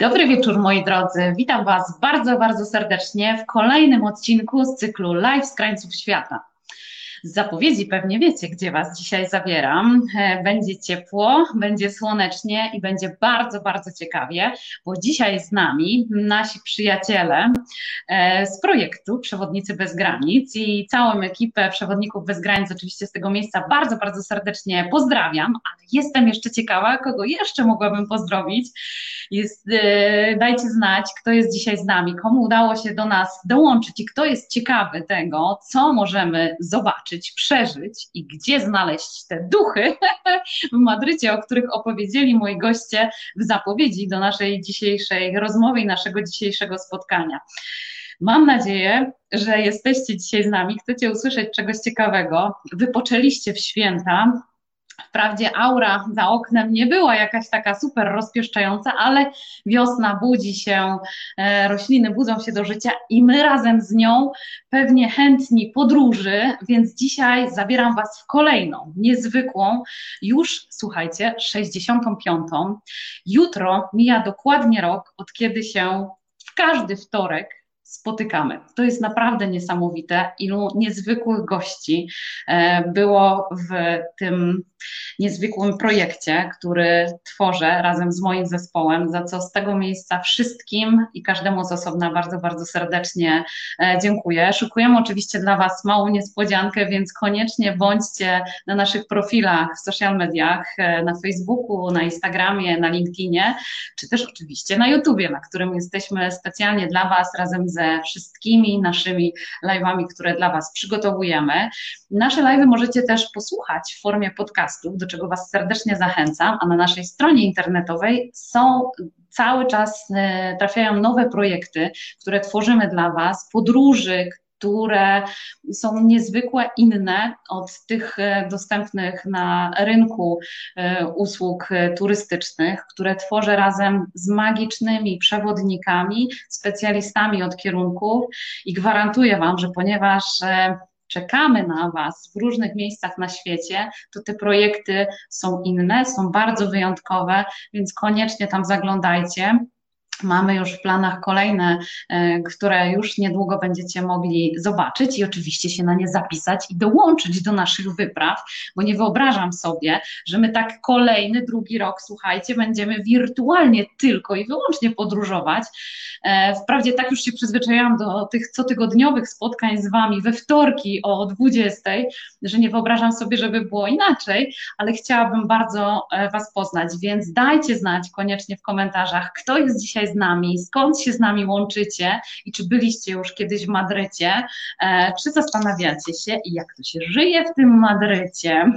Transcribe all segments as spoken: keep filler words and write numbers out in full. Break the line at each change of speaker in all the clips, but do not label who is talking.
Dobry wieczór, moi drodzy. Witam Was bardzo, bardzo serdecznie w kolejnym odcinku z cyklu Live z krańców świata. Z zapowiedzi pewnie wiecie, gdzie Was dzisiaj zabieram. E, Będzie ciepło, będzie słonecznie i będzie bardzo, bardzo ciekawie, bo dzisiaj z nami nasi przyjaciele e, z projektu Przewodnicy Bez Granic i całą ekipę Przewodników Bez Granic oczywiście z tego miejsca bardzo, bardzo serdecznie pozdrawiam, ale jestem jeszcze ciekawa, kogo jeszcze mogłabym pozdrowić. Jest, e, dajcie znać, kto jest dzisiaj z nami, komu udało się do nas dołączyć i kto jest ciekawy tego, co możemy zobaczyć, przeżyć i gdzie znaleźć te duchy w Madrycie, o których opowiedzieli moi goście w zapowiedzi do naszej dzisiejszej rozmowy i naszego dzisiejszego spotkania. Mam nadzieję, że jesteście dzisiaj z nami, chcecie usłyszeć czegoś ciekawego, wypoczęliście w święta. Wprawdzie aura za oknem nie była jakaś taka super rozpieszczająca, ale wiosna budzi się, e, rośliny budzą się do życia i my razem z nią pewnie chętni podróży, więc dzisiaj zabieram Was w kolejną, niezwykłą, już słuchajcie, sześćdziesiątą piątą. Jutro mija dokładnie rok, od kiedy się w każdy wtorek spotykamy. To jest naprawdę niesamowite, ilu niezwykłych gości było w tym niezwykłym projekcie, który tworzę razem z moim zespołem, za co z tego miejsca wszystkim i każdemu z osobna bardzo, bardzo serdecznie dziękuję. Szykujemy oczywiście dla Was małą niespodziankę, więc koniecznie bądźcie na naszych profilach w social mediach, na Facebooku, na Instagramie, na LinkedInie, czy też oczywiście na YouTubie, na którym jesteśmy specjalnie dla Was razem ze wszystkimi naszymi live'ami, które dla Was przygotowujemy. Nasze live'y możecie też posłuchać w formie podcastów, do czego Was serdecznie zachęcam, a na naszej stronie internetowej są cały czas, trafiają nowe projekty, które tworzymy dla Was, podróży, które są niezwykle inne od tych dostępnych na rynku usług turystycznych, które tworzę razem z magicznymi przewodnikami, specjalistami od kierunków i gwarantuję Wam, że ponieważ czekamy na Was w różnych miejscach na świecie, to te projekty są inne, są bardzo wyjątkowe, więc koniecznie tam zaglądajcie. Mamy już w planach kolejne, które już niedługo będziecie mogli zobaczyć i oczywiście się na nie zapisać i dołączyć do naszych wypraw, bo nie wyobrażam sobie, że my tak kolejny, drugi rok, słuchajcie, będziemy wirtualnie tylko i wyłącznie podróżować. Wprawdzie tak już się przyzwyczaiłam do tych cotygodniowych spotkań z Wami we wtorki o dwudziestej, że nie wyobrażam sobie, żeby było inaczej, ale chciałabym bardzo Was poznać, więc dajcie znać koniecznie w komentarzach, kto jest dzisiaj z nami, skąd się z nami łączycie i czy byliście już kiedyś w Madrycie, e, czy zastanawiacie się, jak to się żyje w tym Madrycie,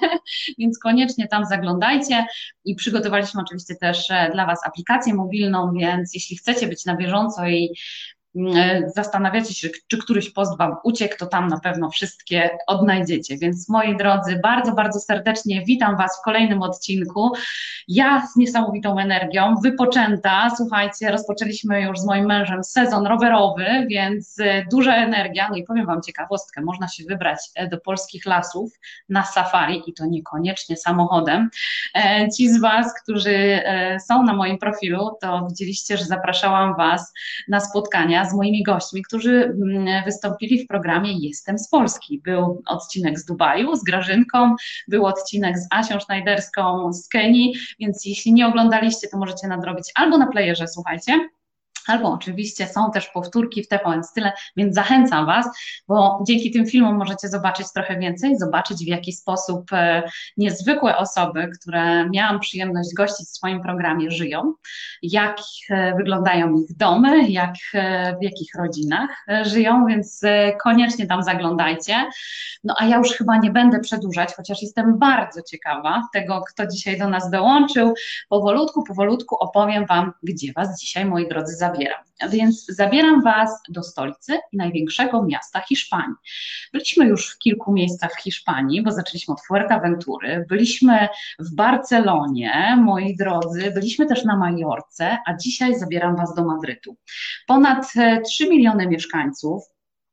więc koniecznie tam zaglądajcie i przygotowaliśmy oczywiście też dla Was aplikację mobilną, więc jeśli chcecie być na bieżąco i zastanawiacie się, czy któryś post Wam uciekł, to tam na pewno wszystkie odnajdziecie. Więc moi drodzy, bardzo, bardzo serdecznie witam Was w kolejnym odcinku. Ja z niesamowitą energią, wypoczęta, słuchajcie, rozpoczęliśmy już z moim mężem sezon rowerowy, więc duża energia, no i powiem Wam ciekawostkę, można się wybrać do polskich lasów na safari i to niekoniecznie samochodem. Ci z Was, którzy są na moim profilu, to widzieliście, że zapraszałam Was na spotkania z moimi gośćmi, którzy wystąpili w programie Jestem z Polski. Był odcinek z Dubaju, z Grażynką, był odcinek z Asią Sznajderską z Kenii, więc jeśli nie oglądaliście, to możecie nadrobić albo na playerze, słuchajcie, albo oczywiście są też powtórki w T V N Style, więc zachęcam Was, bo dzięki tym filmom możecie zobaczyć trochę więcej, zobaczyć w jaki sposób niezwykłe osoby, które miałam przyjemność gościć w swoim programie, żyją, jak wyglądają ich domy, jak, w jakich rodzinach żyją, więc koniecznie tam zaglądajcie. No a ja już chyba nie będę przedłużać, chociaż jestem bardzo ciekawa tego, kto dzisiaj do nas dołączył. Powolutku, powolutku opowiem Wam, gdzie Was dzisiaj, moi drodzy, zabieram. A więc zabieram Was do stolicy i największego miasta Hiszpanii. Byliśmy już w kilku miejscach w Hiszpanii, bo zaczęliśmy od Fuerteventury, byliśmy w Barcelonie, moi drodzy, byliśmy też na Majorce, a dzisiaj zabieram Was do Madrytu. Ponad trzy miliony mieszkańców,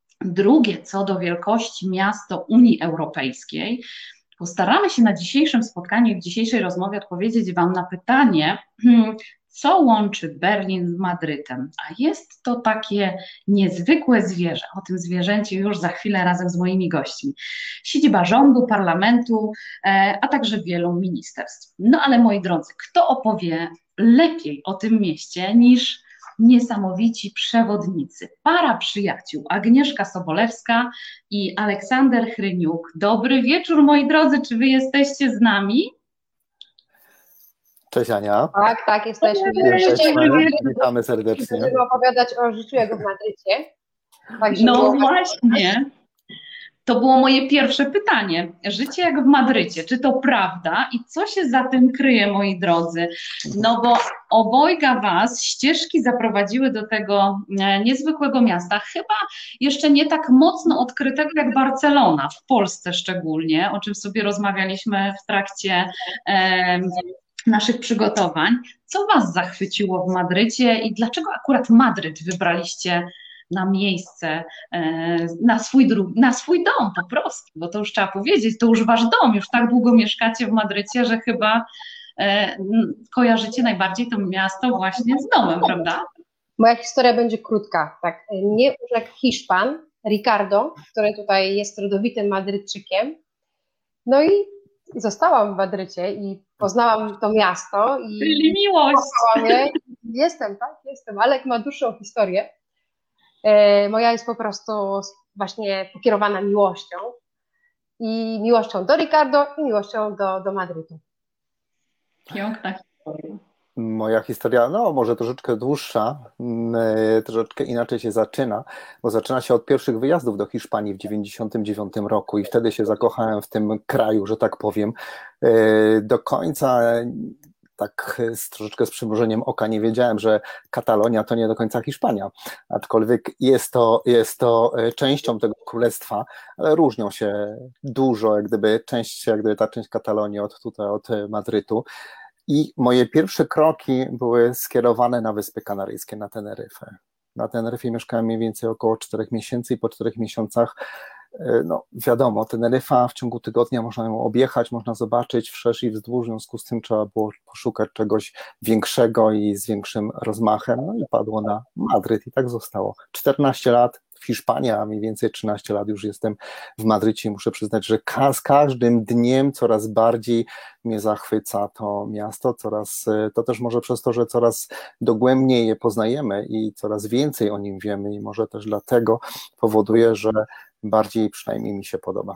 drugie co do wielkości miasto Unii Europejskiej. Postaramy się na dzisiejszym spotkaniu i w dzisiejszej rozmowie odpowiedzieć Wam na pytanie, hmm, Co łączy Berlin z Madrytem? A jest to takie niezwykłe zwierzę. O tym zwierzęciu już za chwilę razem z moimi gośćmi. Siedziba rządu, parlamentu, e, a także wielu ministerstw. No ale moi drodzy, kto opowie lepiej o tym mieście niż niesamowici przewodnicy? Para przyjaciół, Agnieszka Sobolewska i Aleksander Hryniuk. Dobry wieczór, moi drodzy, czy wy jesteście z nami?
Cześć Ania.
Tak, tak, jesteśmy.
Jesteśmy. Witamy serdecznie.
Będziemy opowiadać o życiu jego w Madrycie. Także
no
było...
właśnie. To było moje pierwsze pytanie. Życie jak w Madrycie, czy to prawda i co się za tym kryje, moi drodzy? No bo obojga was ścieżki zaprowadziły do tego niezwykłego miasta, chyba jeszcze nie tak mocno odkrytego jak Barcelona, w Polsce szczególnie, o czym sobie rozmawialiśmy w trakcie e, naszych przygotowań. Co was zachwyciło w Madrycie i dlaczego akurat Madryt wybraliście na miejsce, na swój, na swój dom po prostu, bo to już trzeba powiedzieć, to już wasz dom, już tak długo mieszkacie w Madrycie, że chyba kojarzycie najbardziej to miasto właśnie z domem, prawda?
Moja historia będzie krótka. Tak. Mnie urzekł Hiszpan, Ricardo, który tutaj jest rodowitym Madrytczykiem. No i zostałam w Madrycie i poznałam to miasto. I
Czyli miłość.
Je. Jestem, tak, jestem. Alek ma dłuższą historię. Moja jest po prostu właśnie pokierowana miłością i miłością do Ricardo i miłością do, do Madrytu.
Piękna historia.
Moja historia, no może troszeczkę dłuższa, troszeczkę inaczej się zaczyna, bo zaczyna się od pierwszych wyjazdów do Hiszpanii w dziewięćdziesiątym dziewiątym roku i wtedy się zakochałem w tym kraju, że tak powiem. Do końca tak z, troszeczkę z przymrużeniem oka nie wiedziałem, że Katalonia to nie do końca Hiszpania, aczkolwiek jest to, jest to częścią tego królestwa, ale różnią się dużo, jak gdyby część, jak gdyby ta część Katalonii od tutaj, od Madrytu. I moje pierwsze kroki były skierowane na Wyspy Kanaryjskie, na Teneryfę. Na Teneryfie mieszkałem mniej więcej około czterech miesięcy i po czterech miesiącach, no wiadomo, Teneryfa w ciągu tygodnia można ją objechać, można zobaczyć wszerz i wzdłuż, w związku z tym trzeba było poszukać czegoś większego i z większym rozmachem, no i padło na Madryt i tak zostało. czternaście lat w Hiszpanii, a mniej więcej trzynaście lat już jestem w Madrycie i muszę przyznać, że ka- z każdym dniem coraz bardziej mnie zachwyca to miasto, coraz, to też może przez to, że coraz dogłębniej je poznajemy i coraz więcej o nim wiemy i może też dlatego powoduje, że bardziej przynajmniej mi się podoba.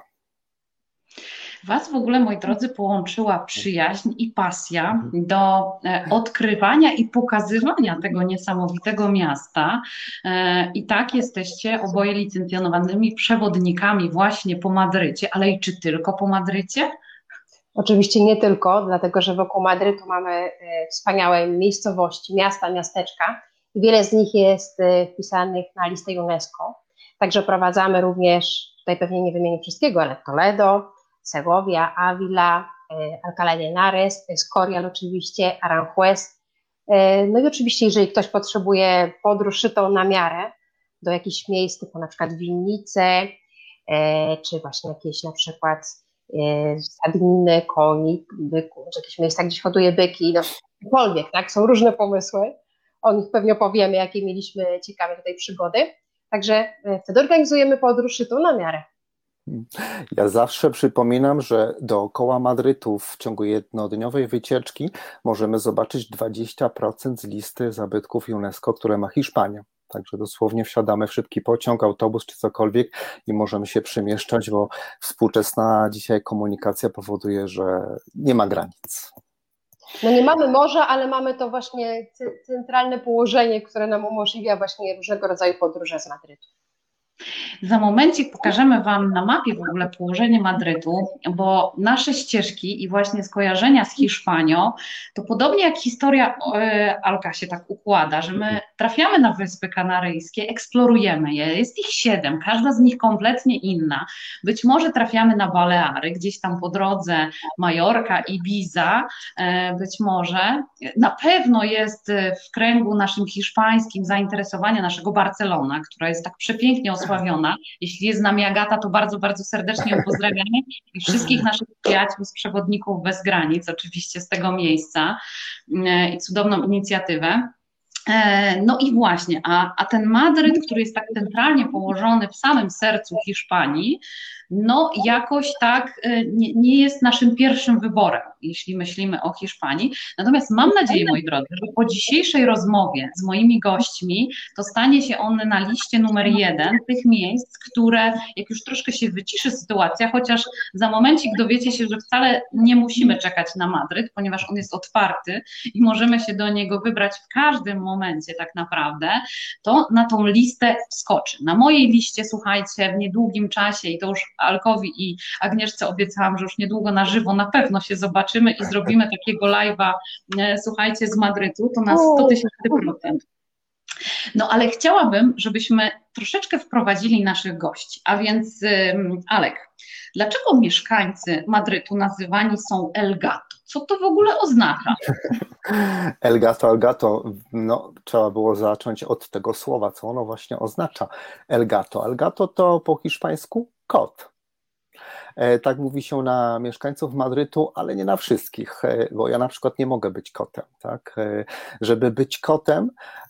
Was w ogóle, moi drodzy, połączyła przyjaźń i pasja do odkrywania i pokazywania tego niesamowitego miasta. I tak jesteście oboje licencjonowanymi przewodnikami właśnie po Madrycie, ale i czy tylko po Madrycie?
Oczywiście nie tylko, dlatego że wokół Madrytu mamy wspaniałe miejscowości, miasta, miasteczka i wiele z nich jest wpisanych na listę UNESCO. Także prowadzamy również, tutaj pewnie nie wymienię wszystkiego, ale Toledo, Segovia, Ávila, Alcalá de Henares, Escorial oczywiście, Aranjuez. No i oczywiście, jeżeli ktoś potrzebuje podróż szytą na miarę do jakichś miejsc, typu na przykład winnice, czy właśnie jakieś na przykład stadniny, koni, byków, czy jakieś miejsca, gdzie hoduje byki, no cokolwiek, tak? Są różne pomysły. O nich pewnie opowiemy, jakie mieliśmy ciekawe tutaj przygody. Także wtedy organizujemy podróż szytą na miarę.
Ja zawsze przypominam, że dookoła Madrytu w ciągu jednodniowej wycieczki możemy zobaczyć dwadzieścia procent z listy zabytków UNESCO, które ma Hiszpania. Także dosłownie wsiadamy w szybki pociąg, autobus czy cokolwiek i możemy się przemieszczać, bo współczesna dzisiaj komunikacja powoduje, że nie ma granic.
No nie mamy morza, ale mamy to właśnie centralne położenie, które nam umożliwia właśnie różnego rodzaju podróże z Madrytu.
Za momencik pokażemy Wam na mapie w ogóle położenie Madrytu, bo nasze ścieżki i właśnie skojarzenia z Hiszpanią, to podobnie jak historia Alka się tak układa, że my trafiamy na Wyspy Kanaryjskie, eksplorujemy je, jest ich siedem, każda z nich kompletnie inna. Być może trafiamy na Baleary, gdzieś tam po drodze Majorka, Ibiza, być może. Na pewno jest w kręgu naszym hiszpańskim zainteresowania naszego Barcelona, która jest tak przepięknie osłabiona błogosławiona. Jeśli jest z nami Agata, to bardzo, bardzo serdecznie ją pozdrawiamy i wszystkich naszych przyjaciół z Przewodników Bez Granic, oczywiście z tego miejsca i cudowną inicjatywę. No i właśnie, a, a ten Madryt, który jest tak centralnie położony w samym sercu Hiszpanii, no jakoś tak nie, nie jest naszym pierwszym wyborem, jeśli myślimy o Hiszpanii. Natomiast mam nadzieję, moi drodzy, że po dzisiejszej rozmowie z moimi gośćmi to stanie się on na liście numer jeden tych miejsc, które, jak już troszkę się wyciszy sytuacja, chociaż za momencik dowiecie się, że wcale nie musimy czekać na Madryt, ponieważ on jest otwarty i możemy się do niego wybrać w każdym momencie tak naprawdę, to na tą listę wskoczy. Na mojej liście, słuchajcie, w niedługim czasie, i to już Alkowi i Agnieszce obiecałam, że już niedługo na żywo na pewno się zobaczymy i zrobimy takiego live'a, słuchajcie, z Madrytu, to na sto tysięcy procent. No ale chciałabym, żebyśmy troszeczkę wprowadzili naszych gości, a więc Alek, dlaczego mieszkańcy Madrytu nazywani są El Gato? Co to w ogóle oznacza?
El Gato, El Gato, no trzeba było zacząć od tego słowa, co ono właśnie oznacza. El Gato, El Gato to po hiszpańsku kot. Tak mówi się na mieszkańców Madrytu, ale nie na wszystkich, bo ja na przykład nie mogę być kotem, tak? Żeby być kotem,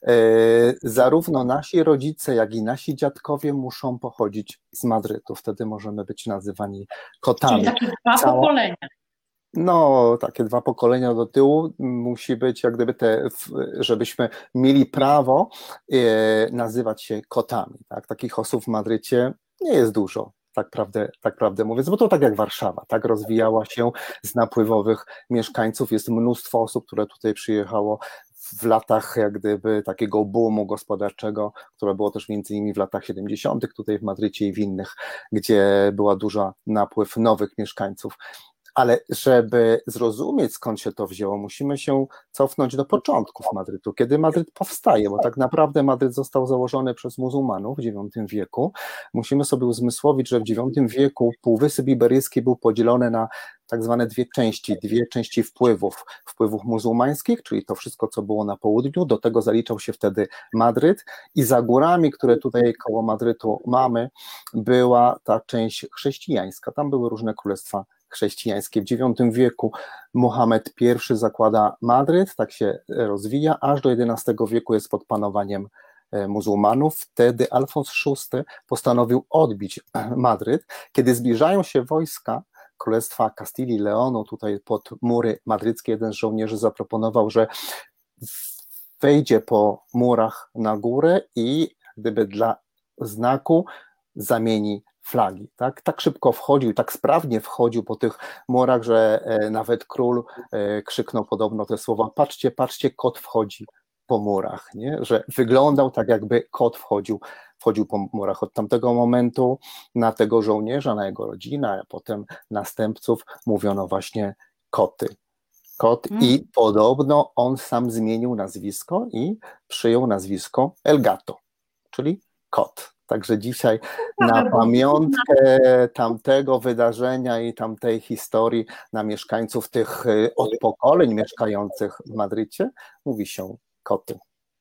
zarówno nasi rodzice, jak i nasi dziadkowie muszą pochodzić z Madrytu, wtedy możemy być nazywani kotami.
Czyli takie dwa Cała... pokolenia.
No, takie dwa pokolenia do tyłu musi być, jak gdyby te, żebyśmy mieli prawo nazywać się kotami, tak? Takich osób w Madrycie nie jest dużo. Tak prawdę, tak prawdę mówiąc, bo to tak jak Warszawa, tak rozwijała się z napływowych mieszkańców, jest mnóstwo osób, które tutaj przyjechało w latach jak gdyby takiego boomu gospodarczego, które było też między innymi w latach siedemdziesiątych tutaj w Madrycie i w innych, gdzie była duża napływ nowych mieszkańców. Ale żeby zrozumieć, skąd się to wzięło, musimy się cofnąć do początków Madrytu, kiedy Madryt powstaje, bo tak naprawdę Madryt został założony przez muzułmanów w dziewiątym wieku. Musimy sobie uzmysłowić, że w dziewiątym wieku Półwysep Iberyjski był podzielony na tak zwane dwie części, dwie części wpływów, wpływów muzułmańskich, czyli to wszystko, co było na południu, do tego zaliczał się wtedy Madryt i za górami, które tutaj koło Madrytu mamy, była ta część chrześcijańska, tam były różne królestwa chrześcijańskie. W dziewiątym wieku Mohamed pierwszy zakłada Madryt, tak się rozwija, aż do jedenastego wieku jest pod panowaniem muzułmanów. Wtedy Alfons szósty postanowił odbić Madryt. Kiedy zbliżają się wojska Królestwa Kastylii i Leonu tutaj pod mury madryckie, jeden z żołnierzy zaproponował, że wejdzie po murach na górę i gdyby dla znaku zamieni flagi, tak? Tak szybko wchodził, tak sprawnie wchodził po tych murach, że nawet król krzyknął podobno te słowa: patrzcie, patrzcie, kot wchodzi po murach, nie? Że wyglądał tak, jakby kot wchodził, wchodził po murach. Od tamtego momentu na tego żołnierza, na jego rodzinę, a potem następców mówiono właśnie koty. Kot hmm. I podobno on sam zmienił nazwisko i przyjął nazwisko El Gato, czyli kot. Także dzisiaj na pamiątkę tamtego wydarzenia i tamtej historii, na mieszkańców tych od pokoleń mieszkających w Madrycie mówi się koty.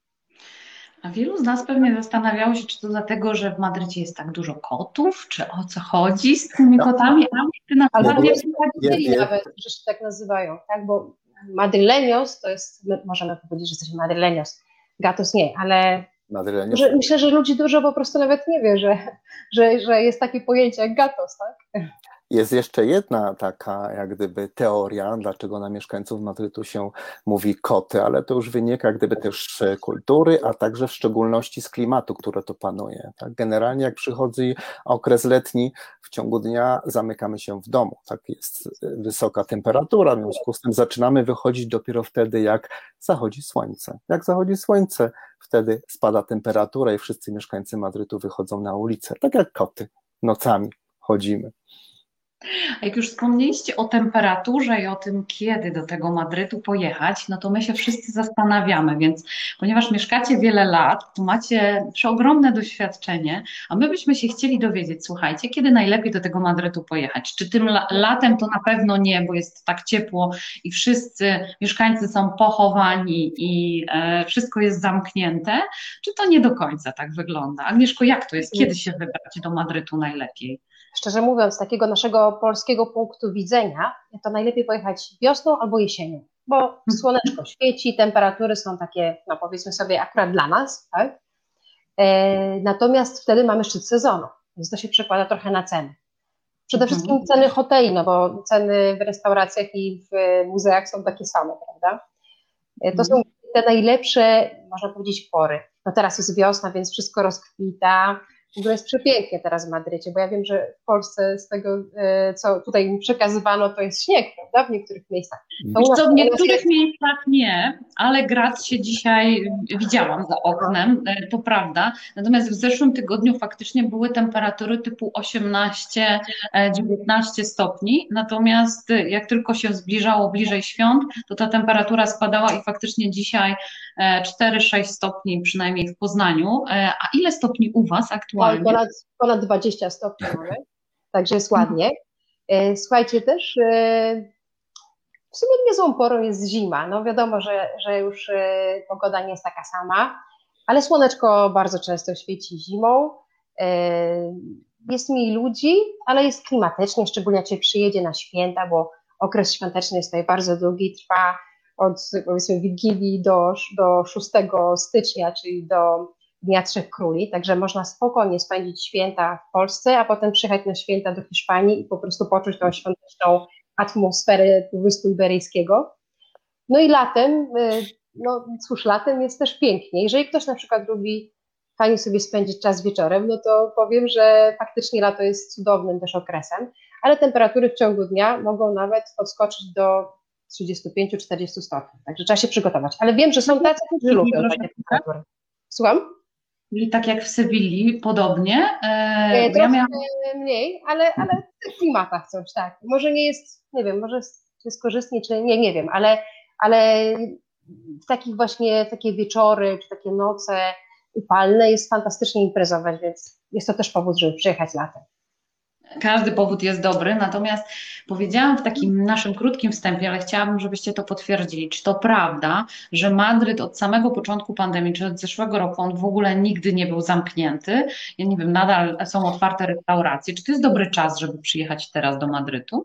A wielu z nas pewnie zastanawiało się, czy to dlatego, że w Madrycie jest tak dużo kotów, czy o co chodzi z tymi no. kotami, a ty na
Albo nie wsłuchali nawet, że się tak nazywają, tak? Bo madrileños to jest, my możemy powiedzieć, że jesteśmy madrileños, gatos nie, ale że, myślę, że ludzi dużo po prostu nawet nie wie, że, że, że jest takie pojęcie jak gatos, tak?
Jest jeszcze jedna taka jak gdyby teoria, dlaczego na mieszkańców Madrytu się mówi koty, ale to już wynika jak gdyby też z kultury, a także w szczególności z klimatu, które tu panuje. Tak? Generalnie jak przychodzi okres letni, w ciągu dnia zamykamy się w domu, tak? Jest wysoka temperatura, w związku z tym zaczynamy wychodzić dopiero wtedy, jak zachodzi słońce. Jak zachodzi słońce, wtedy spada temperatura i wszyscy mieszkańcy Madrytu wychodzą na ulicę, tak jak koty, nocami chodzimy.
A jak już wspomnieliście o temperaturze i o tym, kiedy do tego Madrytu pojechać, no to my się wszyscy zastanawiamy, więc ponieważ mieszkacie wiele lat, to macie przeogromne doświadczenie, a my byśmy się chcieli dowiedzieć, słuchajcie, kiedy najlepiej do tego Madrytu pojechać? Czy tym la- latem to na pewno nie, bo jest tak ciepło i wszyscy mieszkańcy są pochowani i e, wszystko jest zamknięte, czy to nie do końca tak wygląda? Agnieszko, jak to jest? Kiedy się wybrać do Madrytu najlepiej?
Szczerze mówiąc, z takiego naszego polskiego punktu widzenia, to najlepiej pojechać wiosną albo jesienią, bo słoneczko świeci, temperatury są takie, no powiedzmy sobie, akurat dla nas, tak? E, natomiast wtedy mamy szczyt sezonu, więc to się przekłada trochę na ceny. Przede
Mhm.
wszystkim ceny hoteli, no bo ceny w restauracjach i w muzeach są takie same, prawda? E, to są te najlepsze, można powiedzieć, pory. No teraz jest wiosna, więc wszystko rozkwita. W ogóle jest przepięknie teraz w Madrycie, bo ja wiem, że w Polsce z tego, e, co tutaj mi przekazywano, to jest śnieg, prawda, w niektórych miejscach. To u
Wiesz
nas
co, w niektórych
jest...
miejscach nie, ale grad się dzisiaj widziałam za oknem, e, to prawda. Natomiast w zeszłym tygodniu faktycznie były temperatury typu osiemnaście dziewiętnaście stopni, natomiast e, jak tylko się zbliżało bliżej świąt, to ta temperatura spadała i faktycznie dzisiaj e, cztery sześć stopni przynajmniej w Poznaniu. E, A ile stopni u Was
Oj,
aktualnie?
ponad, ponad dwadzieścia stopni mamy, także jest ładnie. E, Słuchajcie, też e, w sumie niezłą porą jest zima. No wiadomo, że, że już e, pogoda nie jest taka sama, ale słoneczko bardzo często świeci zimą. E, Jest mniej ludzi, ale jest klimatycznie, szczególnie jak się przyjedzie na święta, bo okres świąteczny jest tutaj bardzo długi, trwa od powiedzmy Wigilii do, do szóstego stycznia, czyli do Dnia Trzech Króli, także można spokojnie spędzić święta w Polsce, a potem przyjechać na święta do Hiszpanii i po prostu poczuć tą świąteczną atmosferę Półwyspu Iberyjskiego. No i latem, no cóż, latem jest też pięknie. Jeżeli ktoś na przykład lubi fajnie sobie spędzić czas wieczorem, no to powiem, że faktycznie lato jest cudownym też okresem, ale temperatury w ciągu dnia mogą nawet podskoczyć do trzydziestu pięciu do czterdziestu stopni, także trzeba się przygotować. Ale wiem, że są tacy, którzy lubią takie temperatury. Słucham?
I tak jak w Sewilli, podobnie. E,
E,
bo
trochę
ja miałam
mniej, ale, ale w tych klimatach coś, tak. Może nie jest, nie wiem, może jest, jest korzystnie, czy nie, nie wiem, ale, ale w takich właśnie, takie wieczory, czy takie noce upalne jest fantastycznie imprezować, więc jest to też powód, żeby przyjechać latem.
Każdy powód jest dobry, natomiast powiedziałam w takim naszym krótkim wstępie, ale chciałabym, żebyście to potwierdzili. Czy to prawda, że Madryt od samego początku pandemii, czy od zeszłego roku, on w ogóle nigdy nie był zamknięty? Ja nie wiem, nadal są otwarte restauracje. Czy to jest dobry czas, żeby przyjechać teraz do Madrytu?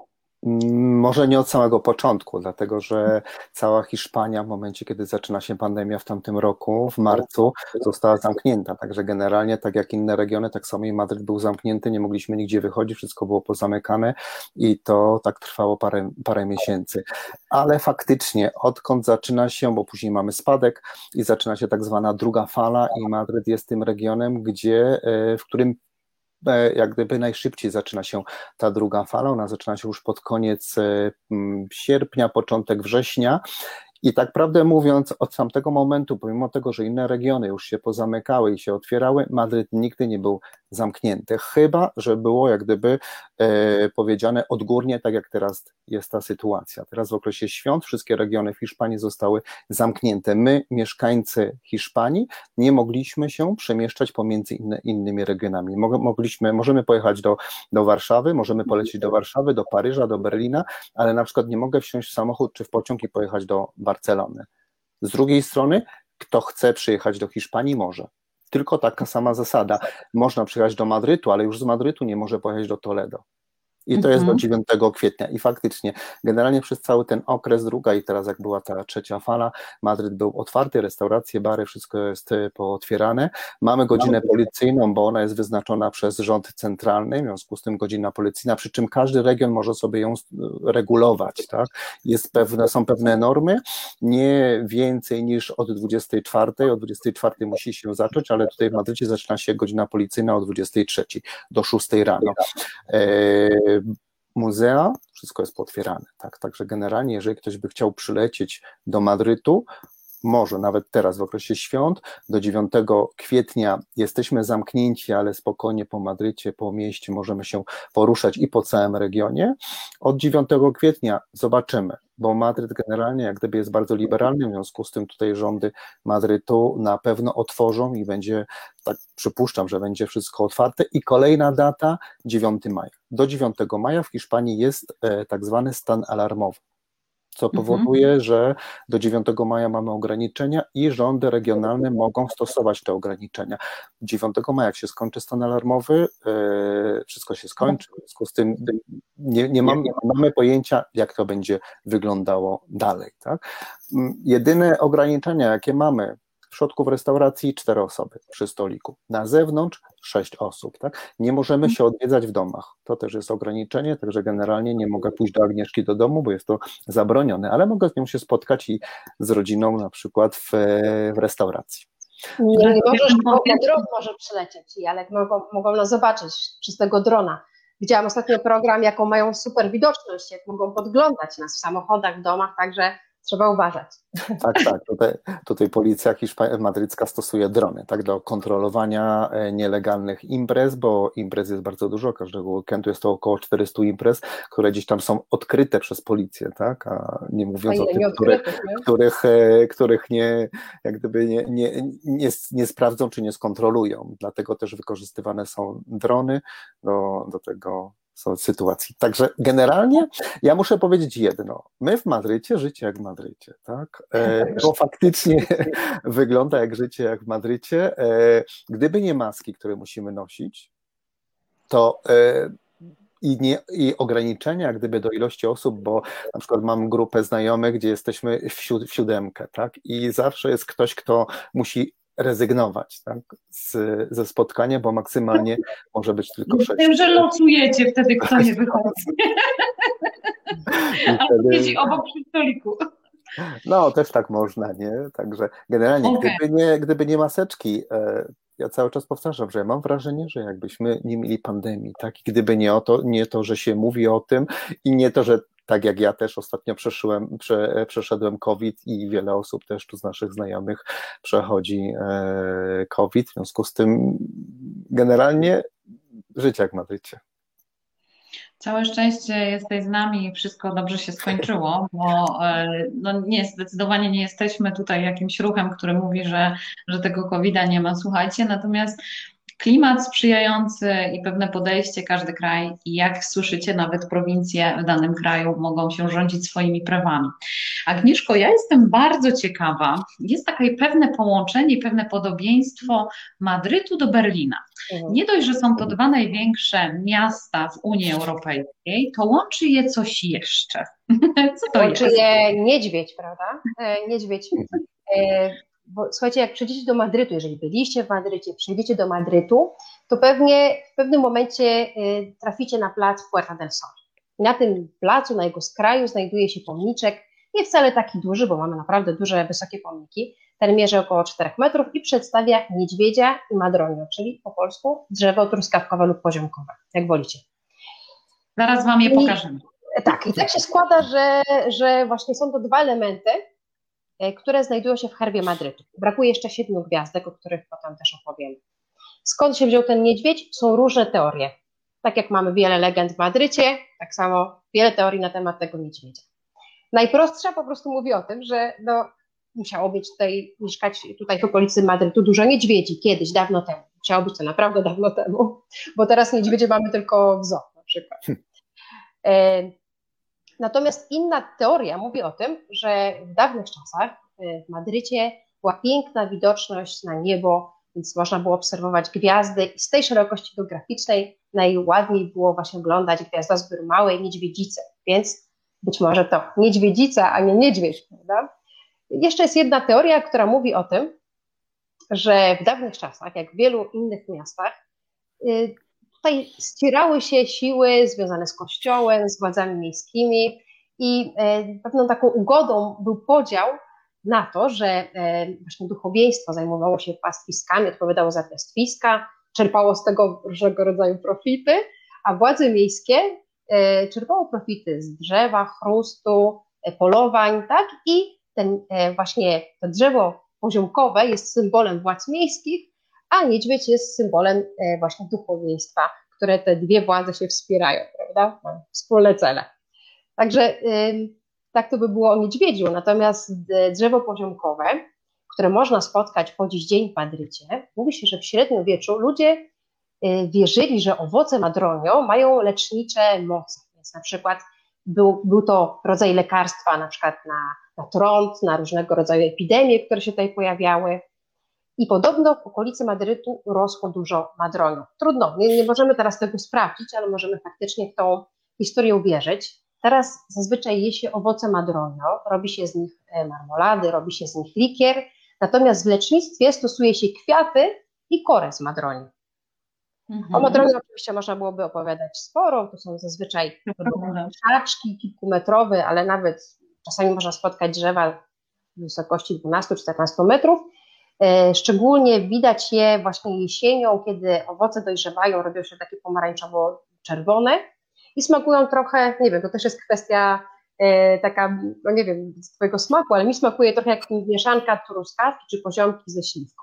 Może nie od samego początku, dlatego że cała Hiszpania w momencie, kiedy zaczyna się pandemia w tamtym roku, w marcu, została zamknięta. Także generalnie, tak jak inne regiony, tak samo i Madryt był zamknięty, nie mogliśmy nigdzie wychodzić, wszystko było pozamykane i to tak trwało parę, parę miesięcy. Ale faktycznie, odkąd zaczyna się, bo później mamy spadek i zaczyna się tak zwana druga fala i Madryt jest tym regionem, gdzie, w którym jak gdyby najszybciej zaczyna się ta druga fala, ona zaczyna się już pod koniec sierpnia, początek września. I tak prawdę mówiąc, od tamtego momentu, pomimo tego, że inne regiony już się pozamykały i się otwierały, Madryt nigdy nie był zamknięty, chyba że było jak gdyby e, powiedziane odgórnie, tak jak teraz jest ta sytuacja. Teraz w okresie świąt wszystkie regiony w Hiszpanii zostały zamknięte. My, mieszkańcy Hiszpanii, nie mogliśmy się przemieszczać pomiędzy inny, innymi regionami. Mogliśmy, możemy pojechać do, do Warszawy, możemy polecieć do Warszawy, do Paryża, do Berlina, ale na przykład nie mogę wsiąść w samochód czy w pociąg i pojechać do Barcelony. Z drugiej strony, kto chce przyjechać do Hiszpanii, może. Tylko taka sama zasada. Można przyjechać do Madrytu, ale już z Madrytu nie może pojechać do Toledo. I to jest do dziewiątego kwietnia. I faktycznie, generalnie przez cały ten okres, druga i teraz jak była ta trzecia fala, Madryt był otwarty, restauracje, bary, wszystko jest pootwierane. Mamy godzinę policyjną, bo ona jest wyznaczona przez rząd centralny, w związku z tym godzina policyjna, przy czym każdy region może sobie ją regulować, tak? Jest pewne, są pewne normy, nie więcej niż od dwudziestej czwartej, od dwudziestej czwartej musi się zacząć, ale tutaj w Madrycie zaczyna się godzina policyjna od dwudziestej trzeciej do szóstej rano. E, Muzea, wszystko jest pootwierane, tak? Także generalnie, jeżeli ktoś by chciał przylecieć do Madrytu, może nawet teraz w okresie świąt do dziewiątego kwietnia jesteśmy zamknięci, ale spokojnie po Madrycie, po mieście możemy się poruszać i po całym regionie. Od dziewiątego kwietnia zobaczymy, bo Madryt generalnie jak gdyby jest bardzo liberalny, w związku z tym tutaj rządy Madrytu na pewno otworzą i będzie, tak przypuszczam, że będzie wszystko otwarte. I kolejna data, dziewiątego maja. Do dziewiątego maja w Hiszpanii jest e, tak zwany stan alarmowy, co powoduje, mhm. że do dziewiątego maja mamy ograniczenia i rządy regionalne mogą stosować te ograniczenia. dziewiątego maja, jak się skończy stan alarmowy, yy, wszystko się skończy, w związku z tym nie, nie, mamy, nie mamy pojęcia, jak to będzie wyglądało dalej. Tak? Jedyne ograniczenia, jakie mamy, w środku w restauracji cztery osoby przy stoliku, na zewnątrz sześć osób, tak? Nie możemy się odwiedzać w domach, to też jest ograniczenie, także generalnie nie mogę pójść do Agnieszki do domu, bo jest to zabronione, ale mogę z nią się spotkać i z rodziną na przykład w, w restauracji.
Nie, nie możesz, bo dron może przylecieć i Alek mogą, mogą nas zobaczyć przez tego drona. Widziałam ostatnio program, jaką mają super widoczność, jak mogą podglądać nas w samochodach, w domach, także trzeba uważać.
Tak, tak. Tutaj, tutaj policja hiszpa- madrycka stosuje drony, tak, do kontrolowania nielegalnych imprez, bo imprez jest bardzo dużo, każdego weekendu jest to około czterysta imprez, które gdzieś tam są odkryte przez policję, tak, a nie mówiąc a o tych, których, których, których nie, jak gdyby nie, nie, nie, nie sprawdzą czy nie skontrolują. Dlatego też wykorzystywane są drony do, do tego sytuacji. Także generalnie ja muszę powiedzieć jedno. My w Madrycie życie jak w Madrycie, tak? E, bo faktycznie wygląda jak życie jak w Madrycie. E, gdyby nie maski, które musimy nosić, to e, i, nie, i ograniczenia jak gdyby do ilości osób, bo na przykład mam grupę znajomych, gdzie jesteśmy w, siód, w siódemkę, tak? I zawsze jest ktoś, kto musi rezygnować, tak, z, ze spotkania, bo maksymalnie może być tylko sześć.
Wiem, że losujecie wtedy, kto nie wychodzi. A wtedy... siedzi obok przy stoliku.
No, też tak można, nie? Także generalnie, okay. gdyby, nie, gdyby nie maseczki, e, ja cały czas powtarzam, że ja mam wrażenie, że jakbyśmy nie mieli pandemii, tak? I gdyby nie o to, nie to, że się mówi o tym i nie to, że tak jak ja też ostatnio przeszyłem, prze, przeszedłem COVID i wiele osób też tu z naszych znajomych przechodzi e, COVID, w związku z tym generalnie życie jak w Madrycie.
Całe szczęście jesteś z nami i wszystko dobrze się skończyło, bo no nie, zdecydowanie nie jesteśmy tutaj jakimś ruchem, który mówi, że, że tego kowida nie ma. Słuchajcie, natomiast klimat sprzyjający i pewne podejście, każdy kraj i jak słyszycie, nawet prowincje w danym kraju mogą się rządzić swoimi prawami. Agnieszko, ja jestem bardzo ciekawa, jest takie pewne połączenie, pewne podobieństwo Madrytu do Berlina. Nie dość, że są to dwa największe miasta w Unii Europejskiej, to łączy je coś jeszcze. Co to
łączy
jest?
je niedźwiedź, prawda? Niedźwiedź. Bo słuchajcie, jak przyjdziecie do Madrytu, jeżeli byliście w Madrycie, przyjdziecie do Madrytu, to pewnie w pewnym momencie traficie na plac Puerta del Sol. I na tym placu, na jego skraju znajduje się pomniczek, nie wcale taki duży, bo mamy naprawdę duże, wysokie pomniki. Ten mierzy około czterech metrów i przedstawia niedźwiedzia i madronio, czyli po polsku drzewo truskawkowe lub poziomkowe, jak wolicie.
Zaraz wam je
I,
pokażemy.
Tak, i tak się składa, że, że właśnie są to dwa elementy, które znajdują się w herbie Madrytu. Brakuje jeszcze siedmiu gwiazdek, o których potem też opowiem. Skąd się wziął ten niedźwiedź? Są różne teorie. Tak jak mamy wiele legend w Madrycie, tak samo wiele teorii na temat tego niedźwiedzia. Najprostsza po prostu mówi o tym, że no, musiało być tutaj, mieszkać tutaj w okolicy Madrytu dużo niedźwiedzi, kiedyś, dawno temu. Musiało być to naprawdę dawno temu, bo teraz niedźwiedzie mamy tylko w zoo na przykład. E, natomiast inna teoria mówi o tym, że w dawnych czasach w Madrycie była piękna widoczność na niebo, więc można było obserwować gwiazdy i z tej szerokości geograficznej najładniej było właśnie oglądać gwiazdozbiór małej niedźwiedzicy, więc być może to niedźwiedzica, a nie niedźwiedź, prawda? Jeszcze jest jedna teoria, która mówi o tym, że w dawnych czasach, jak w wielu innych miastach, tutaj ścierały się siły związane z kościołem, z władzami miejskimi i pewną taką ugodą był podział na to, że właśnie duchowieństwo zajmowało się pastwiskami, odpowiadało za pastwiska, czerpało z tego różnego rodzaju profity, a władze miejskie czerpało profity z drzewa, chrustu, polowań, tak? I ten właśnie to drzewo poziomkowe jest symbolem władz miejskich, a niedźwiedź jest symbolem właśnie duchowieństwa, które te dwie władze się wspierają, prawda? Mają wspólne cele. Także tak to by było o niedźwiedziu, natomiast drzewo poziomkowe, które można spotkać po dziś dzień w Madrycie, mówi się, że w średniowieczu ludzie wierzyli, że owoce madronio mają lecznicze moce, więc na przykład był, był to rodzaj lekarstwa na przykład na, na trąd, na różnego rodzaju epidemie, które się tutaj pojawiały. I podobno w okolicy Madrytu rosło dużo madronio. Trudno, nie, nie możemy teraz tego sprawdzić, ale możemy faktycznie w tą historię uwierzyć. Teraz zazwyczaj je się owoce madronio, robi się z nich marmolady, robi się z nich likier, natomiast w lecznictwie stosuje się kwiaty i korę z madronio. Mhm. O madronie oczywiście można byłoby opowiadać sporo, to są zazwyczaj krzaczki kilkumetrowe, ale nawet czasami można spotkać drzewa w wysokości dwunastu do czternastu metrów. Szczególnie widać je właśnie jesienią, kiedy owoce dojrzewają, robią się takie pomarańczowo-czerwone i smakują trochę, nie wiem, to też jest kwestia e, taka, no nie wiem, twojego smaku, ale mi smakuje trochę jak mieszanka truskawki czy poziomki ze śliwką.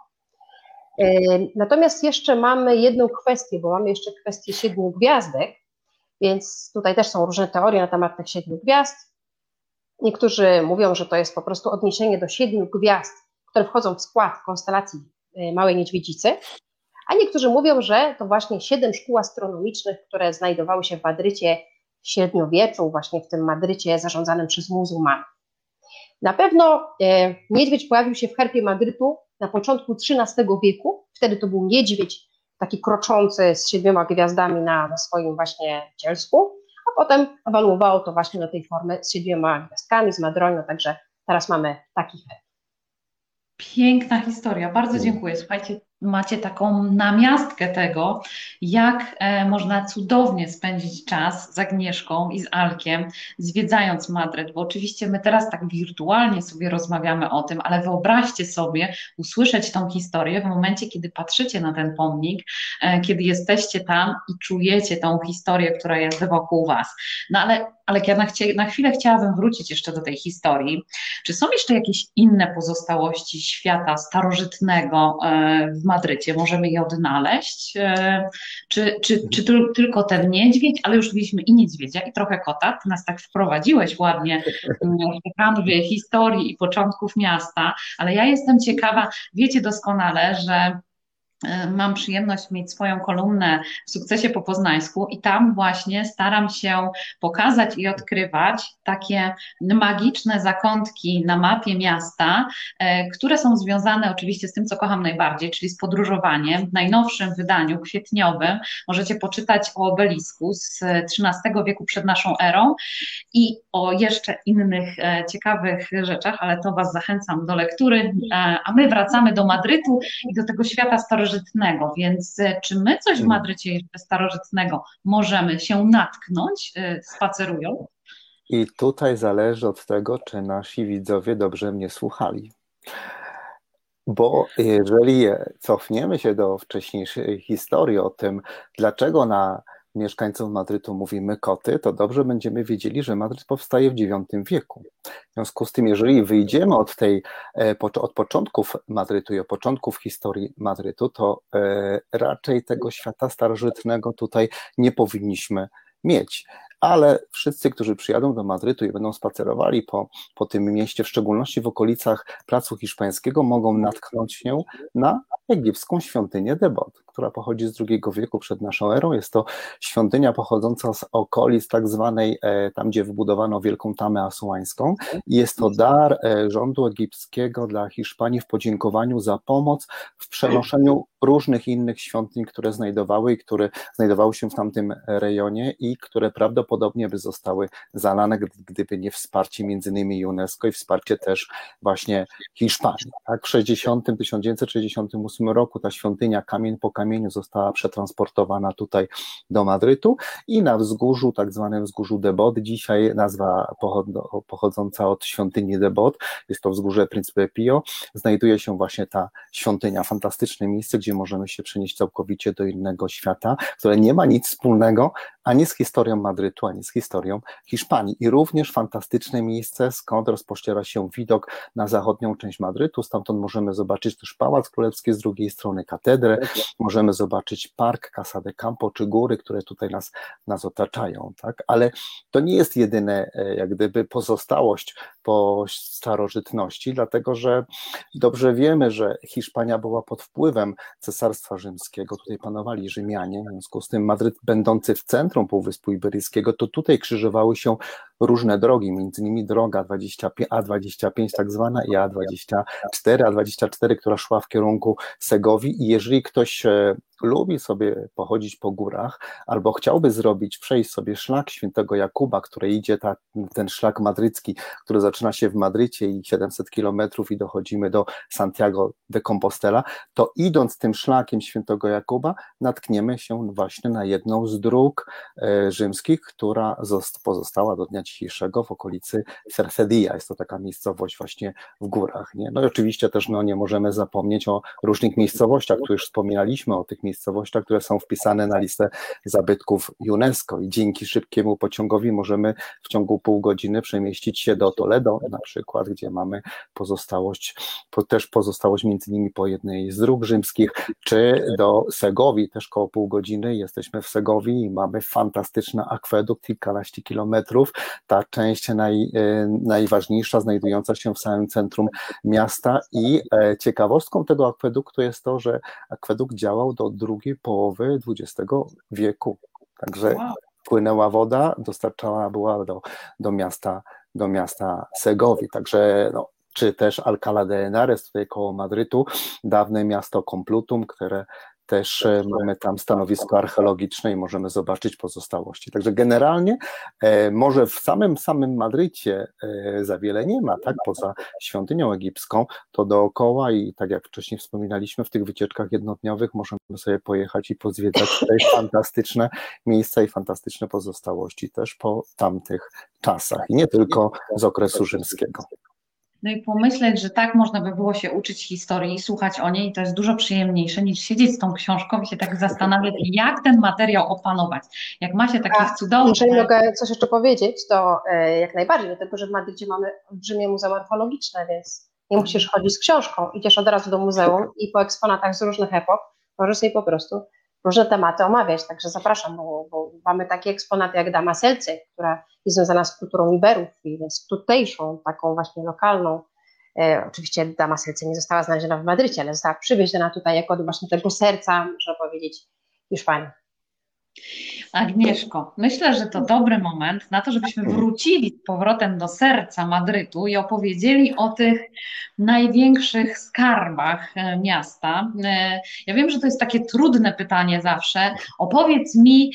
E, natomiast jeszcze mamy jedną kwestię, bo mamy jeszcze kwestię siedmiu gwiazdek, więc tutaj też są różne teorie na temat tych siedmiu gwiazd. Niektórzy mówią, że to jest po prostu odniesienie do siedmiu gwiazd, które wchodzą w skład konstelacji Małej Niedźwiedzicy, a niektórzy mówią, że to właśnie siedem szkół astronomicznych, które znajdowały się w Madrycie w średniowieczu, właśnie w tym Madrycie zarządzanym przez muzułmanów. Na pewno e, niedźwiedź pojawił się w herbie Madrytu na początku trzynastego wieku, wtedy to był niedźwiedź taki kroczący z siedmioma gwiazdami na, na swoim właśnie cielsku, a potem ewoluowało to właśnie do tej formy z siedmioma gwiazdkami, z madronio, także teraz mamy taki herb.
Piękna historia, bardzo dziękuję. Słuchajcie, macie taką namiastkę tego, jak e, można cudownie spędzić czas z Agnieszką i z Alkiem, zwiedzając Madryt, bo oczywiście my teraz tak wirtualnie sobie rozmawiamy o tym, ale wyobraźcie sobie usłyszeć tą historię w momencie, kiedy patrzycie na ten pomnik, e, kiedy jesteście tam i czujecie tą historię, która jest wokół was. No ale, ale ja na, chcie, na chwilę chciałabym wrócić jeszcze do tej historii. Czy są jeszcze jakieś inne pozostałości świata starożytnego e, w Madrycie? Możemy je odnaleźć? Czy, czy, czy tylko ten niedźwiedź, ale już mieliśmy i niedźwiedzia, i trochę kota. Ty nas tak wprowadziłeś ładnie w kanwie historii i początków miasta, ale ja jestem ciekawa, wiecie doskonale, że mam przyjemność mieć swoją kolumnę w Sukcesie po Poznańsku i tam właśnie staram się pokazać i odkrywać takie magiczne zakątki na mapie miasta, które są związane oczywiście z tym, co kocham najbardziej, czyli z podróżowaniem. W najnowszym wydaniu kwietniowym możecie poczytać o obelisku z trzynastego wieku przed naszą erą i o jeszcze innych ciekawych rzeczach, ale to Was zachęcam do lektury, a my wracamy do Madrytu i do tego świata starożytnego. Więc czy my coś w Madrycie jeszcze starożytnego możemy się natknąć, spacerując?
I tutaj zależy od tego, czy nasi widzowie dobrze mnie słuchali. Bo jeżeli cofniemy się do wcześniejszej historii o tym, dlaczego na mieszkańców Madrytu mówimy koty, to dobrze będziemy wiedzieli, że Madryt powstaje w dziewiątym wieku. W związku z tym, jeżeli wyjdziemy od tej, od początków Madrytu i od początków historii Madrytu, to raczej tego świata starożytnego tutaj nie powinniśmy mieć. Ale wszyscy, którzy przyjadą do Madrytu i będą spacerowali po, po tym mieście, w szczególności w okolicach Placu Hiszpańskiego, mogą natknąć się na egipską świątynię Debod, która pochodzi z drugiego wieku przed naszą erą. Jest to świątynia pochodząca z okolic tak zwanej, tam gdzie wybudowano Wielką Tamę Asuańską. Jest to dar rządu egipskiego dla Hiszpanii w podziękowaniu za pomoc w przenoszeniu różnych innych świątyń, które znajdowały i które znajdowały się w tamtym rejonie i które prawdopodobnie by zostały zalane, gdyby nie wsparcie między innymi UNESCO i wsparcie też właśnie Hiszpanii. Tak, w tysiąc dziewięćset sześćdziesiątym ósmym roku ta świątynia kamień po kamieniu została przetransportowana tutaj do Madrytu i na wzgórzu, tak zwanym wzgórzu Debod, dzisiaj nazwa pochodząca od świątyni Debod, jest to wzgórze Príncipe Pío, znajduje się właśnie ta świątynia, fantastyczne miejsce, gdzie możemy się przenieść całkowicie do innego świata, które nie ma nic wspólnego ani z historią Madrytu, ani z historią Hiszpanii. I również fantastyczne miejsce, skąd rozpościera się widok na zachodnią część Madrytu. Stamtąd możemy zobaczyć też Pałac Królewski, z drugiej strony katedrę, możemy zobaczyć park Casa de Campo, czy góry, które tutaj nas, nas otaczają, tak? Ale to nie jest jedyne jak gdyby pozostałość po starożytności, dlatego że dobrze wiemy, że Hiszpania była pod wpływem Cesarstwa Rzymskiego, tutaj panowali Rzymianie, w związku z tym Madryt będący w centrum Półwyspu Iberyjskiego, to tutaj krzyżowały się różne drogi, między innymi droga A dwadzieścia pięć tak zwana i A dwadzieścia cztery, A dwadzieścia cztery, która szła w kierunku Segowii, i jeżeli ktoś lubi sobie pochodzić po górach, albo chciałby zrobić, przejść sobie szlak Świętego Jakuba, który idzie, ta, ten szlak madrycki, który zaczyna się w Madrycie i siedemset kilometrów i dochodzimy do Santiago de Compostela, to idąc tym szlakiem Świętego Jakuba natkniemy się właśnie na jedną z dróg e, rzymskich, która pozostała do dnia dzisiejszego w okolicy Cercedilla. Jest to taka miejscowość właśnie w górach, nie? No i oczywiście też no, nie możemy zapomnieć o różnych miejscowościach, tu już wspominaliśmy o tych miejscowościach, które są wpisane na listę zabytków UNESCO, i dzięki szybkiemu pociągowi możemy w ciągu pół godziny przemieścić się do Toledo na przykład, gdzie mamy pozostałość, też pozostałość między innymi po jednej z dróg rzymskich, czy do Segowii, też koło pół godziny jesteśmy w Segowii i mamy fantastyczny akwedukt, kilkanaście kilometrów, ta część naj, najważniejsza, znajdująca się w samym centrum miasta, i ciekawostką tego akweduktu jest to, że akwedukt działał do drugiej połowy dwudziestego wieku, także wow. Płynęła woda, dostarczała była do, do miasta, do miasta Segowii, także no, czy też Alcalá de Henares, tutaj koło Madrytu, dawne miasto Complutum, które też mamy tam stanowisko archeologiczne i możemy zobaczyć pozostałości. Także generalnie e, może w samym samym Madrycie e, za wiele nie ma, tak, poza świątynią egipską, to dookoła, i tak jak wcześniej wspominaliśmy, w tych wycieczkach jednodniowych możemy sobie pojechać i pozwiedzać tutaj fantastyczne miejsca i fantastyczne pozostałości też po tamtych czasach i nie tylko z okresu rzymskiego.
No i pomyśleć, że tak można by było się uczyć historii i słuchać o niej, to jest dużo przyjemniejsze niż siedzieć z tą książką i się tak zastanawiać, jak ten materiał opanować. Jak ma się takich cudownych...
Jeżeli mogę coś jeszcze powiedzieć, to e, jak najbardziej, dlatego że w Madrycie mamy olbrzymie muzeum archeologiczne, więc nie musisz chodzić z książką, idziesz od razu do muzeum i po eksponatach z różnych epok możesz sobie po prostu różne tematy omawiać, także zapraszam, bo, bo mamy takie eksponaty jak Dama Selce, która jest związana z kulturą Iberów i jest tutejszą, taką właśnie lokalną. E, oczywiście Dama Selce nie została znaleziona w Madrycie, ale została przywieziona tutaj jako właśnie tego serca, można powiedzieć, Hiszpanii.
Agnieszko, myślę, że to dobry moment na to, żebyśmy wrócili z powrotem do serca Madrytu i opowiedzieli o tych największych skarbach miasta. Ja wiem, że to jest takie trudne pytanie zawsze. Opowiedz mi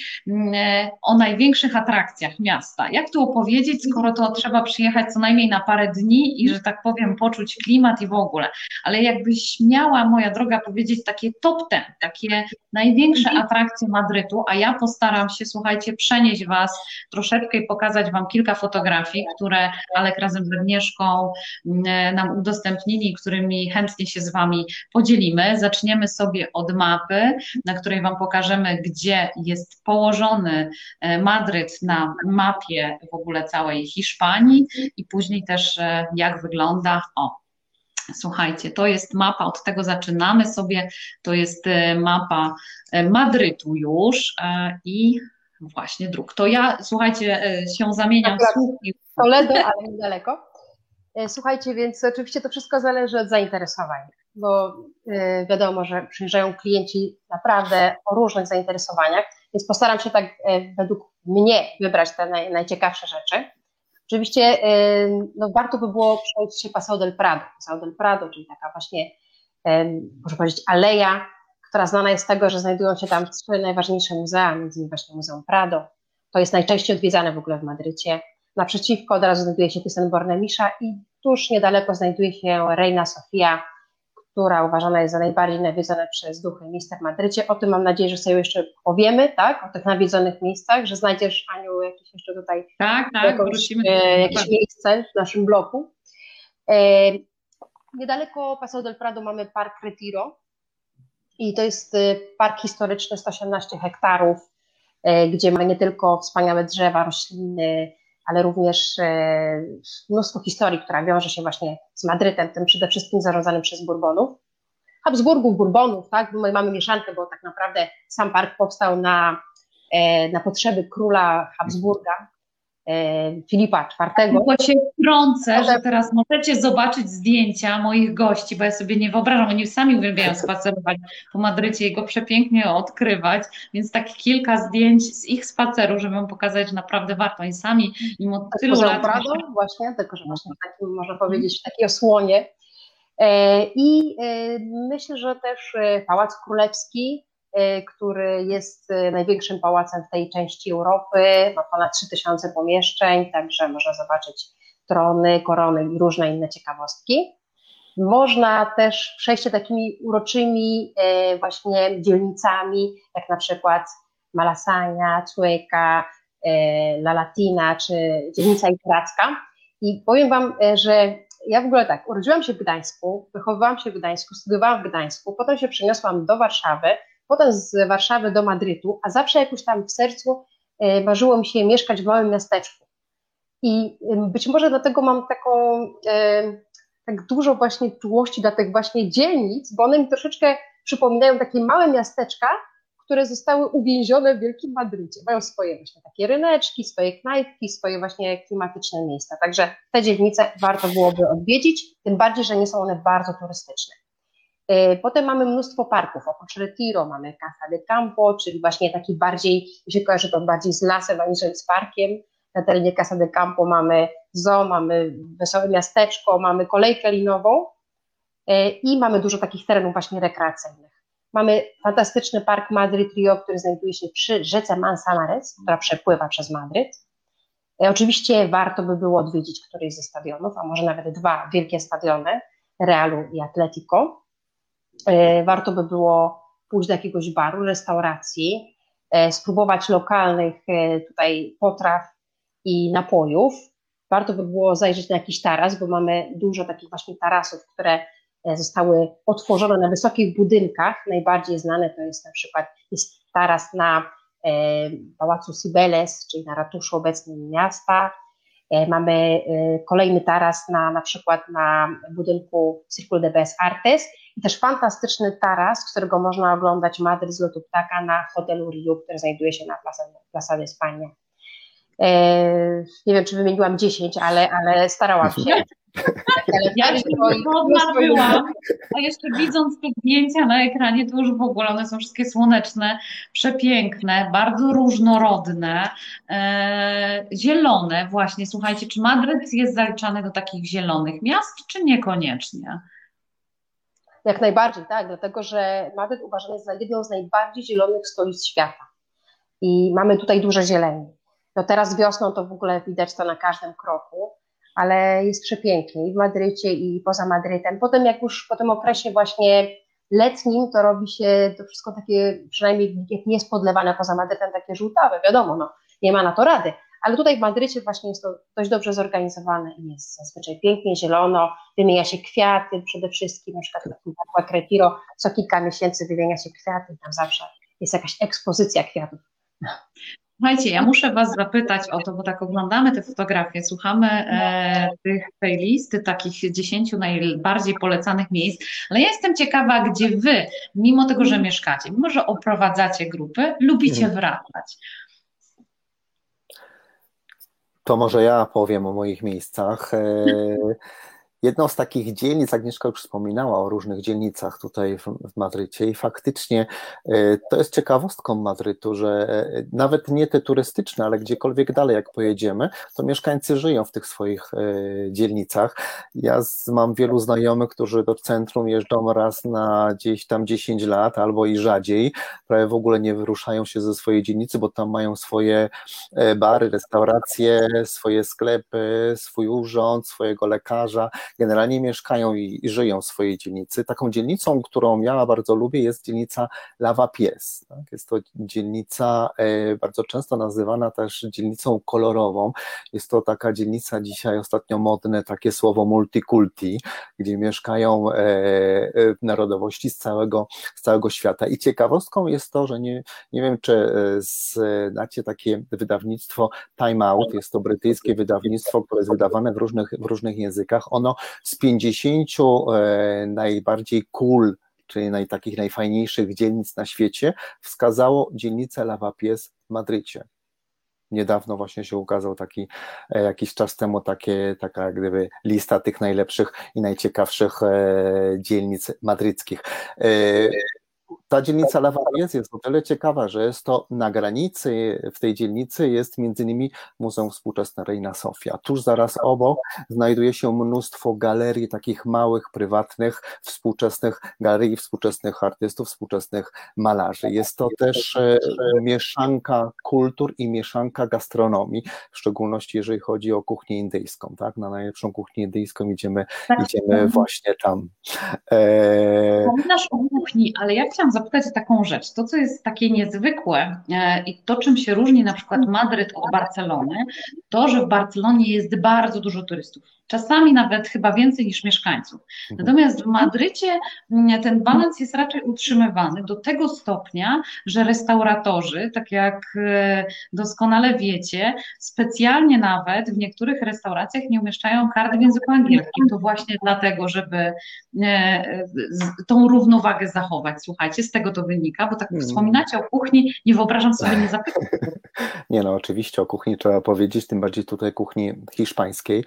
o największych atrakcjach miasta. Jak tu opowiedzieć, skoro to trzeba przyjechać co najmniej na parę dni i, że tak powiem, poczuć klimat i w ogóle. Ale jakbyś miała, moja droga, powiedzieć takie top ten, takie największe atrakcje Madrytu, a ja postaram się, słuchajcie, przenieść Was troszeczkę i pokazać Wam kilka fotografii, które Alek razem z Agnieszką nam udostępnili, którymi chętnie się z Wami podzielimy. Zaczniemy sobie od mapy, na której Wam pokażemy, gdzie jest położony Madryt na mapie w ogóle całej Hiszpanii i później też jak wygląda. O, słuchajcie, to jest mapa, od tego zaczynamy sobie, to jest mapa Madrytu już i właśnie dróg. To ja, słuchajcie, się zamieniam w słuch.
Toledo, ale niedaleko. Słuchajcie, więc oczywiście to wszystko zależy od zainteresowań, bo wiadomo, że przyjeżdżają klienci naprawdę o różnych zainteresowaniach, więc postaram się tak według mnie wybrać te naj, najciekawsze rzeczy. Oczywiście no, warto by było przejść się Paseo del Prado. Paseo del Prado, czyli taka właśnie, można powiedzieć, aleja, która znana jest z tego, że znajdują się tam trzy najważniejsze muzea, między innymi właśnie Muzeum Prado. To jest najczęściej odwiedzane w ogóle w Madrycie. Naprzeciwko od razu znajduje się Thyssen-Bornemisza i tuż niedaleko znajduje się Reina Sofia, która uważana jest za najbardziej nawiedzone przez duchy miejsce w Madrycie. O tym mam nadzieję, że sobie jeszcze powiemy, tak? O tych nawiedzonych miejscach, że znajdziesz, Aniu, jakieś jeszcze tutaj
tak, tak,
jakąś,
wrócimy
e, jakieś miejsce w naszym bloku. E, niedaleko Paseo del Prado mamy Park Retiro i to jest park historyczny, sto osiemnaście hektarów, gdzie mamy nie tylko wspaniałe drzewa, rośliny, ale również mnóstwo historii, która wiąże się właśnie z Madrytem, tym przede wszystkim zarządzanym przez Bourbonów. Habsburgów, Bourbonów, tak? My mamy mieszankę, bo tak naprawdę sam park powstał na, na potrzeby króla Habsburga, Filipa czwartego.
Tylko się wtrącę, że teraz możecie zobaczyć zdjęcia moich gości, bo ja sobie nie wyobrażam, oni sami uwielbiają spacerować po Madrycie i go przepięknie odkrywać, więc tak kilka zdjęć z ich spaceru, żeby wam pokazać, że naprawdę warto. Oni sami mimo tylu
poza
lat...
Pradą właśnie, tylko że właśnie takim, można powiedzieć, w takiej osłonie. I myślę, że też Pałac Królewski, który jest największym pałacem w tej części Europy, ma ponad trzy tysiące pomieszczeń, także można zobaczyć trony, korony i różne inne ciekawostki. Można też przejść się takimi uroczymi właśnie dzielnicami, jak na przykład Malasaña, Chueca, La Latina czy dzielnica literacka. I powiem wam, że ja w ogóle tak, urodziłam się w Gdańsku, wychowywałam się w Gdańsku, studiowałam w Gdańsku, potem się przeniosłam do Warszawy, potem z Warszawy do Madrytu, a zawsze jakoś tam w sercu marzyło mi się mieszkać w małym miasteczku. I być może dlatego mam taką tak dużo właśnie czułości dla tych właśnie dzielnic, bo one mi troszeczkę przypominają takie małe miasteczka, które zostały uwięzione w Wielkim Madrycie. Mają swoje właśnie takie ryneczki, swoje knajpki, swoje właśnie klimatyczne miejsca. Także te dzielnice warto byłoby odwiedzić, tym bardziej, że nie są one bardzo turystyczne. Potem mamy mnóstwo parków, oprócz Retiro mamy Casa de Campo, czyli właśnie taki bardziej, mi się kojarzy to bardziej z lasem, aniżeli z parkiem. Na terenie Casa de Campo mamy zoo, mamy wesołe miasteczko, mamy kolejkę linową i mamy dużo takich terenów właśnie rekreacyjnych. Mamy fantastyczny park Madrid-Rio, który znajduje się przy rzece Manzanares, która przepływa przez Madryt. Oczywiście warto by było odwiedzić któryś ze stadionów, a może nawet dwa wielkie stadiony, Realu i Atletico. Warto by było pójść do jakiegoś baru, restauracji, spróbować lokalnych tutaj potraw i napojów. Warto by było zajrzeć na jakiś taras, bo mamy dużo takich właśnie tarasów, które zostały otworzone na wysokich budynkach. Najbardziej znane to jest na przykład jest taras na e, Pałacu Cibeles, czyli na ratuszu obecnym miasta. E, mamy e, kolejny taras na, na przykład na budynku Círculo de Bellas Artes i też fantastyczny taras, z którego można oglądać Madryt z lotu ptaka na hotelu Rio, który znajduje się na Plaza, Plaza de España. E, nie wiem, czy wymieniłam dziesięć, ale, ale starałam się.
Ja już głodna byłam, a jeszcze widząc te zdjęcia na ekranie, to już w ogóle one są wszystkie słoneczne, przepiękne, bardzo różnorodne, e, zielone właśnie. Słuchajcie, czy Madryt jest zaliczany do takich zielonych miast, czy niekoniecznie?
Jak najbardziej, tak, dlatego że Madryt uważany jest za jedną z najbardziej zielonych stolic świata i mamy tutaj dużo zieleni. No teraz wiosną to w ogóle widać to na każdym kroku, ale jest przepięknie i w Madrycie, i poza Madrytem. Potem jak już po tym okresie właśnie letnim, to robi się to wszystko takie, przynajmniej jak nie jest podlewane poza Madrytem, takie żółtawe, wiadomo, no, nie ma na to rady. Ale tutaj w Madrycie właśnie jest to dość dobrze zorganizowane i jest zazwyczaj pięknie, zielono, wymienia się kwiaty przede wszystkim, na przykład w Parku Retiro co kilka miesięcy wymienia się kwiaty, tam zawsze jest jakaś ekspozycja kwiatów.
Słuchajcie, ja muszę Was zapytać o to, bo tak oglądamy te fotografie, słuchamy e, tych, tej listy takich dziesięciu najbardziej polecanych miejsc, ale ja jestem ciekawa, gdzie Wy, mimo tego, że mieszkacie, mimo że oprowadzacie grupy, lubicie wracać.
To może ja powiem o moich miejscach. Jedną z takich dzielnic, Agnieszka już wspominała o różnych dzielnicach tutaj w, w Madrycie i faktycznie to jest ciekawostką Madrytu, że nawet nie te turystyczne, ale gdziekolwiek dalej jak pojedziemy, to mieszkańcy żyją w tych swoich dzielnicach. Ja z, mam wielu znajomych, którzy do centrum jeżdżą raz na gdzieś tam dziesięć lat albo i rzadziej, prawie w ogóle nie wyruszają się ze swojej dzielnicy, bo tam mają swoje bary, restauracje, swoje sklepy, swój urząd, swojego lekarza. generalnie mieszkają i, i żyją w swojej dzielnicy. Taką dzielnicą, którą ja bardzo lubię, jest dzielnica Lavapiés. Tak? Jest to dzielnica e, bardzo często nazywana też dzielnicą kolorową. Jest to taka dzielnica dzisiaj ostatnio modne takie słowo multikulti, gdzie mieszkają e, e, narodowości z całego, z całego świata. I ciekawostką jest to, że nie, nie wiem, czy znacie takie wydawnictwo Time Out, jest to brytyjskie wydawnictwo, które jest wydawane w różnych, w różnych językach. Ono z pięćdziesięciu e, najbardziej cool, czyli naj, takich najfajniejszych dzielnic na świecie, wskazało dzielnicę Lavapiés w Madrycie. Niedawno właśnie się ukazał taki, e, jakiś czas temu takie, taka jak gdyby lista tych najlepszych i najciekawszych e, dzielnic madryckich. E, Ta dzielnica Lavapiés jest o tyle ciekawa, że jest to na granicy, w tej dzielnicy jest między innymi Muzeum Współczesne Reina Sofia. Tuż zaraz obok znajduje się mnóstwo galerii takich małych, prywatnych, współczesnych galerii, współczesnych artystów, współczesnych malarzy. Jest to też mieszanka kultur i mieszanka gastronomii, w szczególności jeżeli chodzi o kuchnię indyjską. Tak? Na najlepszą kuchnię indyjską idziemy, tak. idziemy właśnie tam.
Wspominasz o kuchni, ale ja chciałam zapytać o taką rzecz. To, co jest takie niezwykłe i to, czym się różni na przykład Madryt od Barcelony, to, że w Barcelonie jest bardzo dużo turystów. Czasami nawet chyba więcej niż mieszkańców. Natomiast w Madrycie ten balans jest raczej utrzymywany do tego stopnia, że restauratorzy, tak jak doskonale wiecie, specjalnie nawet w niektórych restauracjach nie umieszczają kart w języku angielskim. To właśnie dlatego, żeby tą równowagę zachować. Słuchajcie, z tego to wynika, bo tak wspominacie o kuchni, nie wyobrażam sobie nie zapytać.
Nie no, oczywiście o kuchni trzeba powiedzieć, tym bardziej tutaj kuchni hiszpańskiej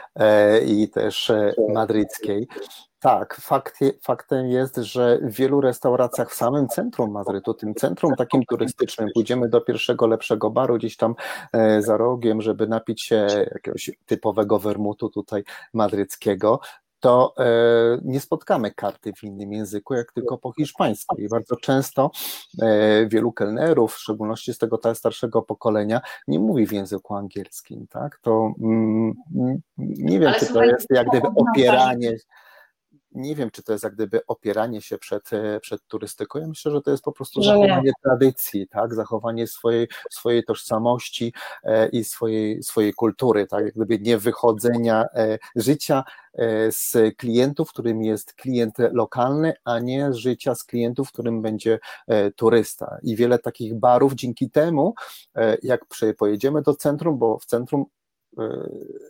i też madryckiej. Tak, fakt, faktem jest, że w wielu restauracjach w samym centrum Madrytu, tym centrum takim turystycznym, pójdziemy do pierwszego lepszego baru gdzieś tam za rogiem, żeby napić się jakiegoś typowego wermutu tutaj madryckiego, to e, nie spotkamy karty w innym języku, jak tylko po hiszpańsku. I bardzo często e, wielu kelnerów, w szczególności z tego starszego pokolenia, nie mówi w języku angielskim. Tak? To mm, nie wiem, Ale czy słuchaj, to jest jak gdyby opieranie... Nie wiem, czy to jest jak gdyby opieranie się przed, przed turystyką. Ja myślę, że to jest po prostu że zachowanie nie. tradycji, tak? Zachowanie swojej, swojej tożsamości e, i swojej, swojej kultury, tak? Jak gdyby nie wychodzenia e, życia e, z klientów, którym jest klient lokalny, a nie z życia z klientów, którym będzie e, turysta. I wiele takich barów dzięki temu, e, jak przy, pojedziemy do centrum, bo w centrum e,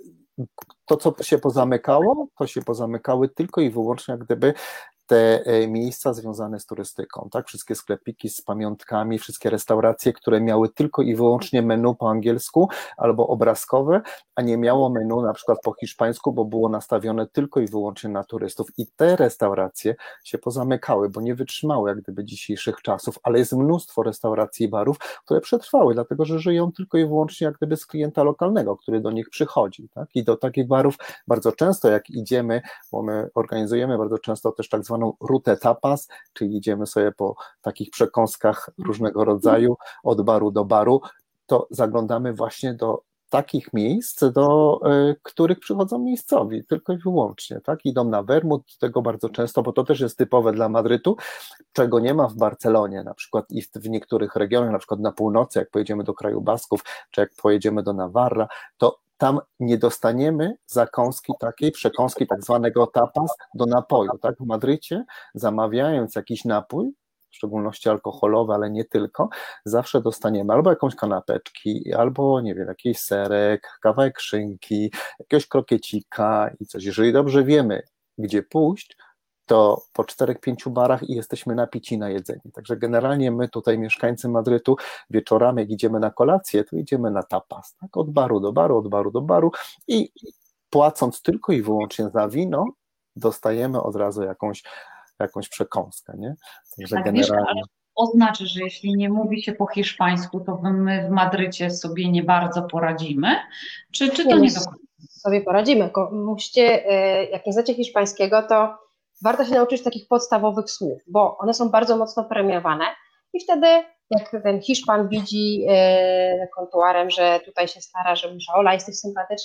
to, co się pozamykało, to się pozamykały tylko i wyłącznie jak gdyby te miejsca związane z turystyką, tak? Wszystkie sklepiki z pamiątkami, wszystkie restauracje, które miały tylko i wyłącznie menu po angielsku albo obrazkowe, a nie miało menu na przykład po hiszpańsku, bo było nastawione tylko i wyłącznie na turystów. I te restauracje się pozamykały, bo nie wytrzymały jak gdyby dzisiejszych czasów, ale jest mnóstwo restauracji i barów, które przetrwały, dlatego że żyją tylko i wyłącznie jak gdyby z klienta lokalnego, który do nich przychodzi, tak? I do takich barów bardzo często jak idziemy, bo my organizujemy bardzo często też tak zwaną rutę tapas, czyli idziemy sobie po takich przekąskach różnego rodzaju od baru do baru, to zaglądamy właśnie do takich miejsc, do y, których przychodzą miejscowi, tylko i wyłącznie, tak? Idą na wermut, do tego bardzo często, bo to też jest typowe dla Madrytu, czego nie ma w Barcelonie, na przykład i w niektórych regionach, na przykład na północy, jak pojedziemy do kraju Basków, czy jak pojedziemy do Nawarra, to tam nie dostaniemy zakąski takiej, przekąski tak zwanego tapas do napoju, tak? W Madrycie, zamawiając jakiś napój, w szczególności alkoholowy, ale nie tylko, zawsze dostaniemy albo jakąś kanapeczki, albo nie wiem, jakiś serek, kawałek szynki, jakiegoś krokiecika i coś. Jeżeli dobrze wiemy, gdzie pójść, to po czterech, pięciu barach i jesteśmy napici, najedzeni. Także generalnie my tutaj, mieszkańcy Madrytu, wieczorami, jak idziemy na kolację, to idziemy na tapas, tak? Od baru do baru, od baru do baru i płacąc tylko i wyłącznie za wino, dostajemy od razu jakąś, jakąś przekąskę, nie? Także
tak,
generalnie...
Wiesz, ale oznacza, że jeśli nie mówi się po hiszpańsku, to my w Madrycie sobie nie bardzo poradzimy? Czy, czy to nie, nie do końca?
Sobie poradzimy. Musicie, jak nie znacie hiszpańskiego, to warto się nauczyć takich podstawowych słów, bo one są bardzo mocno premiowane i wtedy jak ten Hiszpan widzi e, kontuarem, że tutaj się stara, że mówi, ola, jesteś sympatyczny,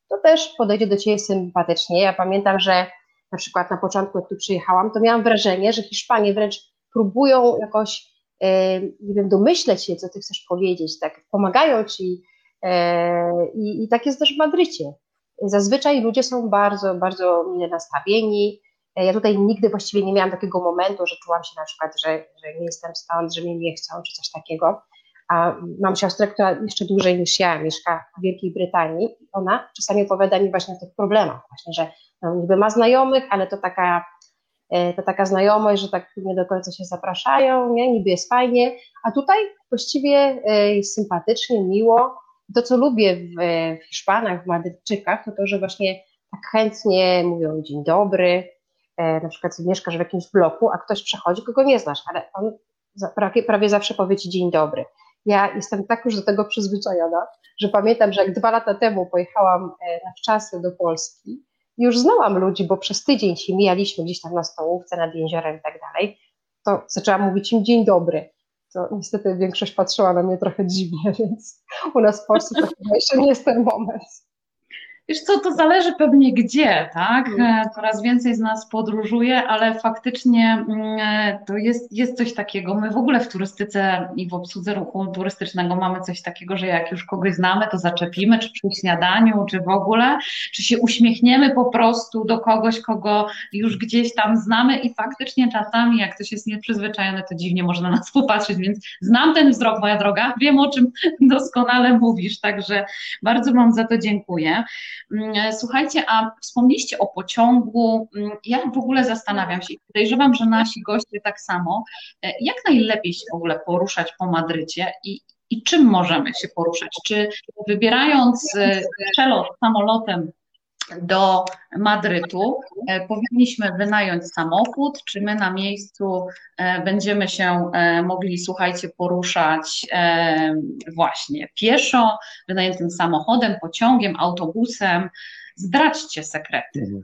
to też podejdzie do Ciebie sympatycznie. Ja pamiętam, że na przykład na początku, jak tu przyjechałam, to miałam wrażenie, że Hiszpanie wręcz próbują jakoś, nie wiem, domyśleć się, co Ty chcesz powiedzieć, tak pomagają Ci i, i tak jest też w Madrycie. Zazwyczaj ludzie są bardzo, bardzo mile nastawieni. Ja tutaj nigdy właściwie nie miałam takiego momentu, że czułam się na przykład, że, że nie jestem stąd, że mnie nie chcą, czy coś takiego. A mam siostrę, która jeszcze dłużej niż ja mieszka w Wielkiej Brytanii i ona czasami opowiada mi właśnie o tych problemach, właśnie, że no, niby ma znajomych, ale to taka, to taka znajomość, że tak nie do końca się zapraszają, nie? Niby jest fajnie, a tutaj właściwie jest sympatycznie, miło. To, co lubię w, w Hiszpanach, w Madrytczykach, to to, że właśnie tak chętnie mówią dzień dobry, na przykład mieszkasz w jakimś bloku, a ktoś przechodzi, kogo nie znasz, ale on prawie, prawie zawsze powie ci dzień dobry. Ja jestem tak już do tego przyzwyczajona, że pamiętam, że jak dwa lata temu pojechałam na wczasy do Polski, już znałam ludzi, bo przez tydzień się mijaliśmy gdzieś tam na stołówce, nad jeziorem i tak dalej, to zaczęłam mówić im dzień dobry. To niestety większość patrzyła na mnie trochę dziwnie, więc u nas w Polsce to chyba jeszcze nie jest ten moment.
Wiesz co, to zależy pewnie gdzie, tak? Coraz więcej z nas podróżuje, ale faktycznie to jest, jest coś takiego. My w ogóle w turystyce i w obsłudze ruchu turystycznego mamy coś takiego, że jak już kogoś znamy, to zaczepimy, czy przy śniadaniu, czy w ogóle, czy się uśmiechniemy po prostu do kogoś, kogo już gdzieś tam znamy i faktycznie czasami, jak ktoś jest nieprzyzwyczajony, to dziwnie może na nas popatrzeć, więc znam ten wzrok, moja droga, wiem, o czym doskonale mówisz, także bardzo Wam za to dziękuję. Słuchajcie, a wspomnieliście o pociągu. Ja w ogóle zastanawiam się i podejrzewam, że nasi goście tak samo. Jak najlepiej się w ogóle poruszać po Madrycie i, i czym możemy się poruszać? Czy wybierając przelot samolotem do Madrytu powinniśmy wynająć samochód, czy my na miejscu będziemy się mogli, słuchajcie, poruszać właśnie pieszo, wynajętym samochodem, pociągiem, autobusem? Zdradźcie sekrety.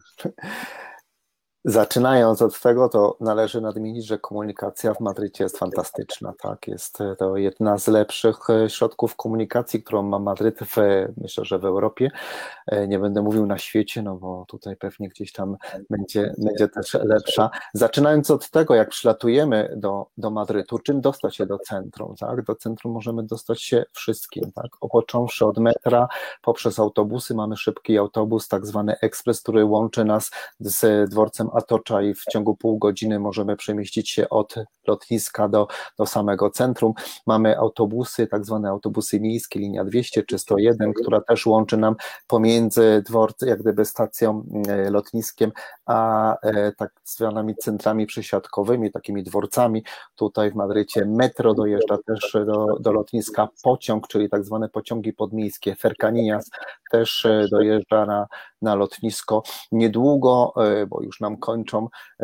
Zaczynając od tego, to należy nadmienić, że komunikacja w Madrycie jest fantastyczna, tak? Jest to jedna z lepszych środków komunikacji, którą ma Madryt, w, myślę, że w Europie. Nie będę mówił na świecie, no bo tutaj pewnie gdzieś tam będzie, będzie też lepsza. Zaczynając od tego, jak przylatujemy do, do Madrytu, czym dostać się do centrum, tak? Do centrum możemy dostać się wszystkim, tak? Począwszy od metra, poprzez autobusy, mamy szybki autobus, tak zwany ekspres, który łączy nas z dworcem Atocza i w ciągu pół godziny możemy przemieścić się od lotniska do, do samego centrum. Mamy autobusy, tak zwane autobusy miejskie, linia dwieście czy sto jeden, która też łączy nam pomiędzy dworcem, jak gdyby stacją, lotniskiem, a tak zwanymi centrami przesiadkowymi, takimi dworcami. Tutaj w Madrycie metro dojeżdża też do, do lotniska, pociąg, czyli tak zwane pociągi podmiejskie, Cercanías, też dojeżdża na, na lotnisko. Niedługo, bo już nam kończą,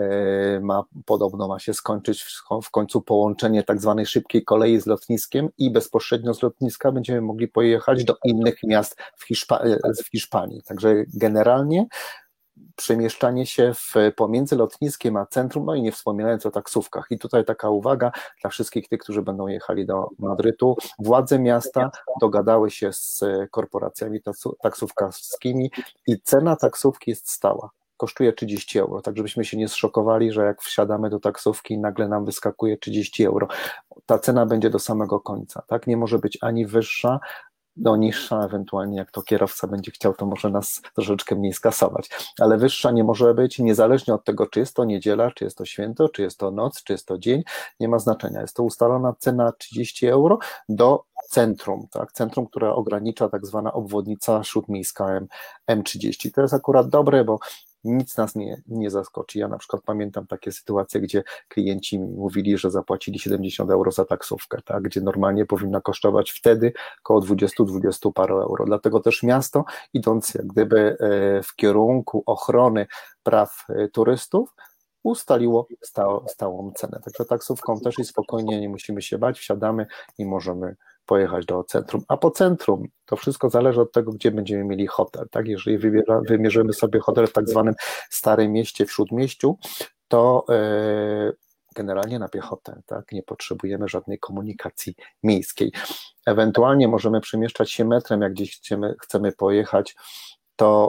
ma, podobno ma się skończyć w, w końcu połączenie tak zwanej szybkiej kolei z lotniskiem i bezpośrednio z lotniska będziemy mogli pojechać do innych miast w, Hiszpa w Hiszpanii. Także generalnie przemieszczanie się w, pomiędzy lotniskiem a centrum, no i nie wspominając o taksówkach. I tutaj taka uwaga dla wszystkich tych, którzy będą jechali do Madrytu. Władze miasta dogadały się z korporacjami taksówkarskimi i cena taksówki jest stała. Kosztuje trzydzieści euro, tak żebyśmy się nie zszokowali, że jak wsiadamy do taksówki i nagle nam wyskakuje trzydzieści euro. Ta cena będzie do samego końca, tak? Nie może być ani wyższa, no niższa, ewentualnie jak to kierowca będzie chciał, to może nas troszeczkę mniej skasować, ale wyższa nie może być, niezależnie od tego, czy jest to niedziela, czy jest to święto, czy jest to noc, czy jest to dzień, nie ma znaczenia. Jest to ustalona cena trzydzieści euro do centrum, tak? Centrum, które ogranicza tak zwana obwodnica śródmiejska M trzydzieści. To jest akurat dobre, bo nic nas nie, nie zaskoczy. Ja na przykład pamiętam takie sytuacje, gdzie klienci mi mówili, że zapłacili siedemdziesiąt euro za taksówkę, tak? Gdzie normalnie powinna kosztować wtedy około dwadzieścia dwadzieścia parę euro. Dlatego też miasto, idąc jak gdyby w kierunku ochrony praw turystów, ustaliło stał, stałą cenę. Także taksówką też i spokojnie, nie musimy się bać, wsiadamy i możemy pojechać do centrum. A po centrum to wszystko zależy od tego, gdzie będziemy mieli hotel. Tak? Jeżeli wybiera, wymierzymy sobie hotel w tak zwanym Starym Mieście, w Śródmieściu, to yy, generalnie na piechotę, tak? Nie potrzebujemy żadnej komunikacji miejskiej. Ewentualnie możemy przemieszczać się metrem, jak gdzieś chcemy, chcemy pojechać to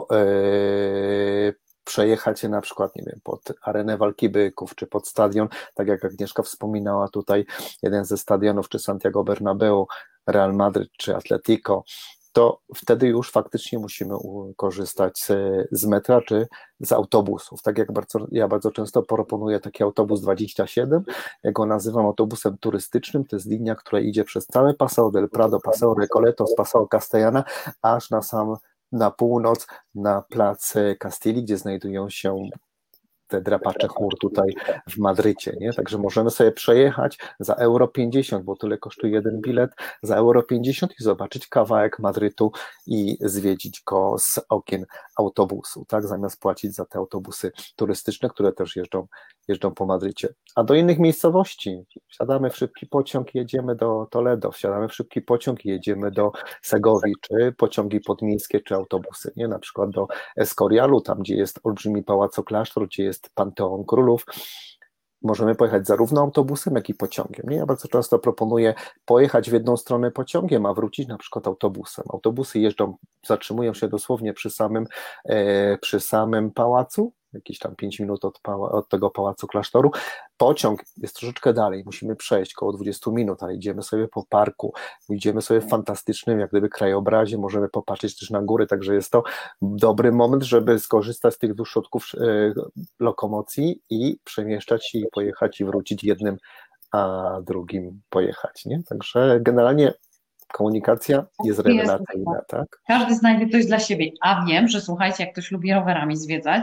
yy, przejechać się na przykład, nie wiem, pod arenę walki byków, czy pod stadion, tak jak Agnieszka wspominała tutaj, jeden ze stadionów, czy Santiago Bernabeu, Real Madryt, czy Atletico, to wtedy już faktycznie musimy korzystać z, z metra, czy z autobusów. Tak jak bardzo, ja bardzo często proponuję taki autobus dwadzieścia siedem, ja go nazywam autobusem turystycznym, to jest linia, która idzie przez całe Paseo del Prado, Paseo Recoletos, Paseo Castellana, aż na sam na północ, na plac Castilli, gdzie znajdują się te drapacze chmur tutaj w Madrycie, nie? Także możemy sobie przejechać za euro pięćdziesiąt, bo tyle kosztuje jeden bilet, za euro pięćdziesiąt i zobaczyć kawałek Madrytu i zwiedzić go z okien autobusu, tak? Zamiast płacić za te autobusy turystyczne, które też jeżdżą, jeżdżą po Madrycie. A do innych miejscowości wsiadamy w szybki pociąg i jedziemy do Toledo, wsiadamy w szybki pociąg i jedziemy do Segowii, czy pociągi podmiejskie, czy autobusy, nie? Na przykład do Escorialu, tam gdzie jest olbrzymi pałaco klasztor, gdzie jest Panteon Królów. Możemy pojechać zarówno autobusem, jak i pociągiem. Nie? Ja bardzo często proponuję pojechać w jedną stronę pociągiem, a wrócić na przykład autobusem. Autobusy jeżdżą, zatrzymują się dosłownie przy samym, e, przy samym pałacu, jakieś tam pięć minut od, pała, od tego pałacu klasztoru. Pociąg jest troszeczkę dalej, musimy przejść około dwadzieścia minut, ale idziemy sobie po parku, idziemy sobie w fantastycznym jak gdyby krajobrazie, możemy popatrzeć też na góry, także jest to dobry moment, żeby skorzystać z tych dwóch środków e, lokomocji i przemieszczać się i pojechać i wrócić jednym, a drugim pojechać, nie? Także generalnie komunikacja jest rewelacyjna, tak?
Każdy znajdzie coś dla siebie, a wiem, że słuchajcie, jak ktoś lubi rowerami zwiedzać,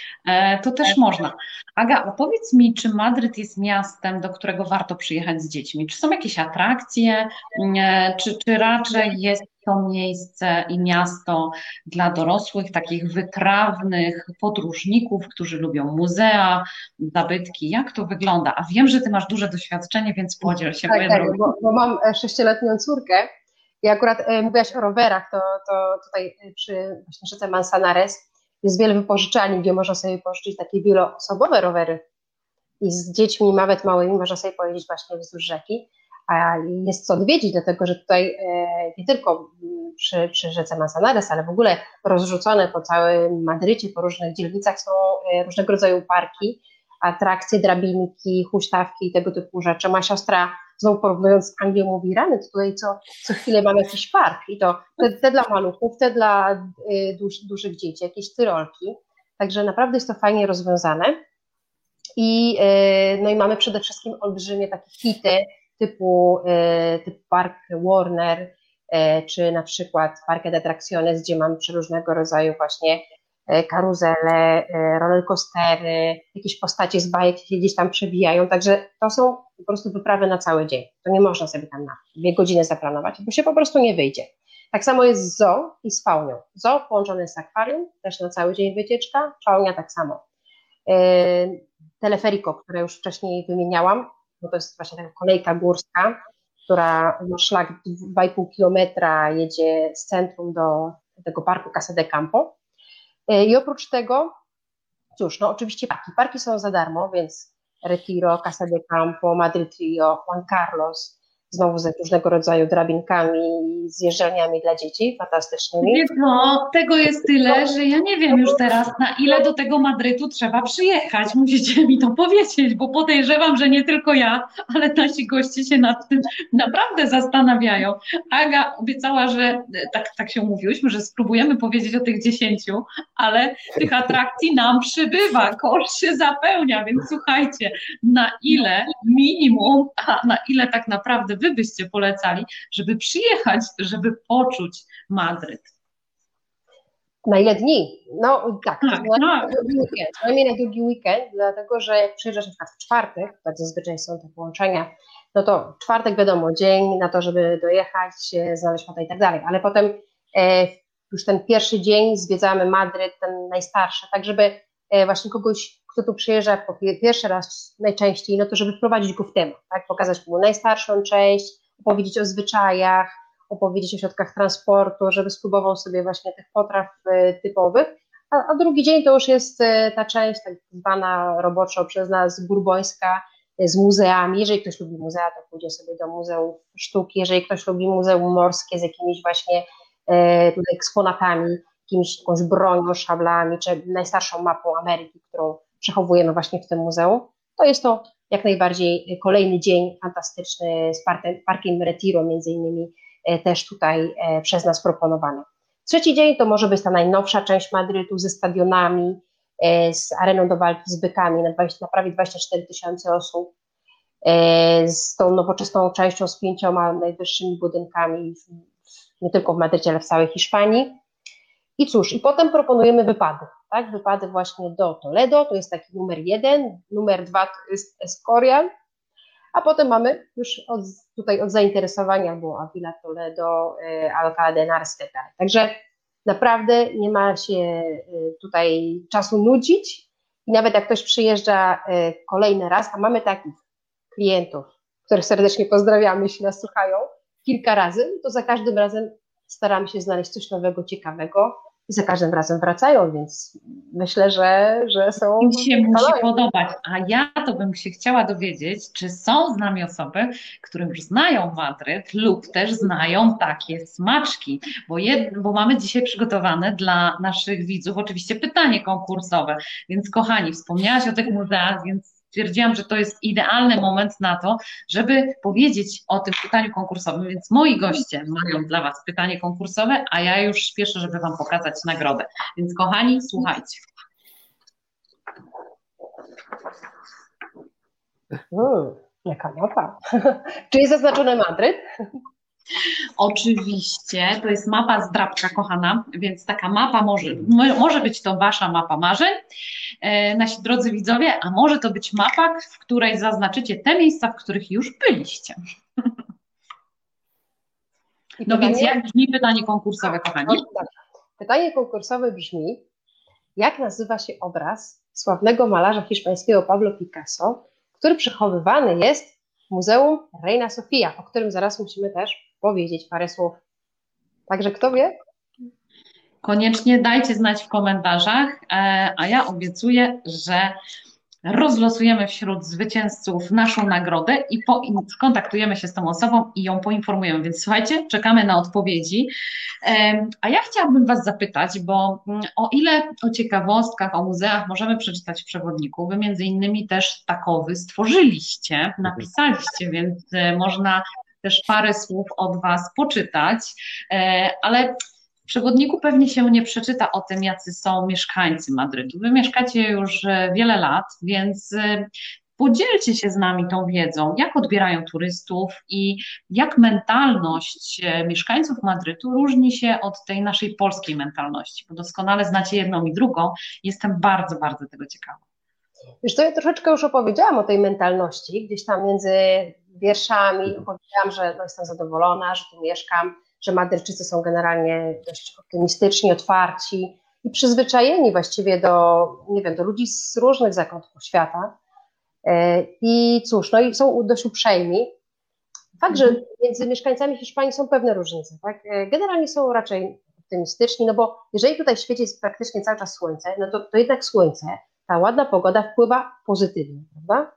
to też można. Aga, opowiedz mi, czy Madryt jest miastem, do którego warto przyjechać z dziećmi? Czy są jakieś atrakcje, czy, czy raczej jest to miejsce i miasto dla dorosłych, takich wytrawnych podróżników, którzy lubią muzea, zabytki? Jak to wygląda? A wiem, że ty masz duże doświadczenie, więc podziel się.
Tak, tak, bo, bo mam sześcioletnią córkę i akurat e, mówiłaś o rowerach, to, to tutaj przy właśnie rzece Manzanares jest wiele wypożyczalni, gdzie można sobie pożyczyć takie wieloosobowe rowery i z dziećmi, nawet małymi, można sobie pojeździć właśnie wzdłuż rzeki, a jest co odwiedzić, dlatego że tutaj e, nie tylko przy, przy rzece Manzanares, ale w ogóle rozrzucone po całym Madrycie, po różnych dzielnicach są e, różnego rodzaju parki, atrakcje, drabinki, huśtawki i tego typu rzeczy. Moja siostra, znowu porównując z Anglią, mówi, rany, to tutaj co, co chwilę mamy jakiś park i to te, te dla maluchów, te dla y, duż, dużych dzieci, jakieś tyrolki, także naprawdę jest to fajnie rozwiązane i, y, no i mamy przede wszystkim olbrzymie takie hity typu, y, typu park Warner, y, czy na przykład Parque de Atracciones, gdzie mamy przeróżnego rodzaju właśnie karuzele, rollercoastery, jakieś postacie z bajek się gdzieś tam przebijają, także to są po prostu wyprawy na cały dzień. To nie można sobie tam na dwie godziny zaplanować, bo się po prostu nie wyjdzie. Tak samo jest z zoo i z faunią. Zoo połączone z akwarium, też na cały dzień wycieczka, faunia tak samo. Teleferico, które już wcześniej wymieniałam, bo to jest właśnie taka kolejka górska, która ma szlak dwa i pół kilometra, jedzie z centrum do tego parku Casa de Campo. I oprócz tego, cóż, no oczywiście parki. Parki są za darmo, więc Retiro, Casa de Campo, Madrid Rio, Juan Carlos, znowu z różnego rodzaju drabinkami i zjeżdżalniami dla dzieci, fantastycznymi.
No, tego jest tyle, że ja nie wiem już teraz, na ile do tego Madrytu trzeba przyjechać. Musicie mi to powiedzieć, bo podejrzewam, że nie tylko ja, ale nasi goście się nad tym naprawdę zastanawiają. Aga obiecała, że tak, tak się umówiłyśmy, że spróbujemy powiedzieć o tych dziesięciu, ale tych atrakcji nam przybywa, kosz się zapełnia, więc słuchajcie, na ile minimum, a na ile tak naprawdę wy byście polecali, żeby przyjechać, żeby poczuć Madryt?
Na ile dni? No tak,
tak,
na
tak.
długi weekend, najmniej na długi weekend, dlatego że jak przyjeżdżasz na przykład w czwartek, tak zazwyczaj są te połączenia, no to czwartek wiadomo, dzień na to, żeby dojechać, znaleźć hotel i tak dalej, ale potem e, już ten pierwszy dzień zwiedzamy Madryt, ten najstarszy, tak żeby e, właśnie kogoś, kto tu przyjeżdża po pierwszy raz najczęściej, no to żeby wprowadzić go w temat, tak, pokazać mu najstarszą część, opowiedzieć o zwyczajach, opowiedzieć o środkach transportu, żeby spróbował sobie właśnie tych potraw y, typowych, a, a drugi dzień to już jest y, ta część tak zwana roboczo przez nas bourbońska, y, z muzeami. Jeżeli ktoś lubi muzea, to pójdzie sobie do Muzeum Sztuki, jeżeli ktoś lubi muzeum morskie z jakimiś właśnie y, tutaj eksponatami, jakimś, jakąś bronią, szablami, czy najstarszą mapą Ameryki, którą przechowujemy właśnie w tym muzeum, to jest to jak najbardziej kolejny dzień fantastyczny z parkiem, parkiem Retiro między innymi też tutaj przez nas proponowany. Trzeci dzień to może być ta najnowsza część Madrytu ze stadionami, z areną do walki z bykami na, dwadzieścia, na prawie dwadzieścia cztery tysiące osób, z tą nowoczesną częścią z pięcioma najwyższymi budynkami, nie tylko w Madrycie, ale w całej Hiszpanii. I cóż, i potem proponujemy wypady, tak? Wypady właśnie do Toledo, to jest taki numer jeden, numer dwa to jest Escorial, a potem mamy już od, tutaj od zainteresowania było Avila, Toledo, Alcalá de Henares, tak dalej. Także naprawdę nie ma się tutaj czasu nudzić i nawet jak ktoś przyjeżdża kolejny raz, a mamy takich klientów, których serdecznie pozdrawiamy, jeśli nas słuchają, kilka razy, to za każdym razem staramy się znaleźć coś nowego, ciekawego i za każdym razem wracają, więc myślę, że, że są...
Im się musi podobać, a ja to bym się chciała dowiedzieć, czy są z nami osoby, które już znają Madryt lub też znają takie smaczki, bo, jed, bo mamy dzisiaj przygotowane dla naszych widzów oczywiście pytanie konkursowe, więc kochani, wspomniałaś o tych muzeach, więc stwierdziłam, że to jest idealny moment na to, żeby powiedzieć o tym pytaniu konkursowym, więc moi goście mają dla Was pytanie konkursowe, a ja już śpieszę, żeby Wam pokazać nagrodę. Więc kochani, słuchajcie.
Hmm, jaka mapa? Czy jest zaznaczony Madryt?
Oczywiście, to jest mapa zdrabka, kochana, więc taka mapa może, może być to Wasza mapa marzeń, e, nasi drodzy widzowie, a może to być mapa, w której zaznaczycie te miejsca, w których już byliście.
I
no
pytanie?
Więc jak brzmi pytanie konkursowe, kochani?
Pytanie konkursowe brzmi, jak nazywa się obraz sławnego malarza hiszpańskiego Pablo Picasso, który przechowywany jest w Muzeum Reina Sofía, o którym zaraz musimy też powiedzieć parę słów. Także kto wie?
Koniecznie dajcie znać w komentarzach, a ja obiecuję, że rozlosujemy wśród zwycięzców naszą nagrodę i po, skontaktujemy się z tą osobą i ją poinformujemy. Więc słuchajcie, czekamy na odpowiedzi. A ja chciałabym Was zapytać, bo o ile o ciekawostkach, o muzeach możemy przeczytać w przewodniku, Wy między innymi też takowy stworzyliście, napisaliście, więc można też parę słów od Was poczytać, ale w przewodniku pewnie się nie przeczyta o tym, jacy są mieszkańcy Madrytu. Wy mieszkacie już wiele lat, więc podzielcie się z nami tą wiedzą, jak odbierają turystów i jak mentalność mieszkańców Madrytu różni się od tej naszej polskiej mentalności, bo doskonale znacie jedną i drugą. Jestem bardzo, bardzo tego ciekawa.
Wiesz co, ja troszeczkę już opowiedziałam o tej mentalności, gdzieś tam między wierszami opowiedziałam, że no, jestem zadowolona, że tu mieszkam, że Madryczycy są generalnie dość optymistyczni, otwarci i przyzwyczajeni właściwie do, nie wiem, do ludzi z różnych zakątków świata. I cóż, no i są dość uprzejmi. Fakt, że między mieszkańcami Hiszpanii są pewne różnice, tak? Generalnie są raczej optymistyczni, no bo jeżeli tutaj w świecie jest praktycznie cały czas słońce, no to, to jednak słońce, ta ładna pogoda wpływa pozytywnie, prawda?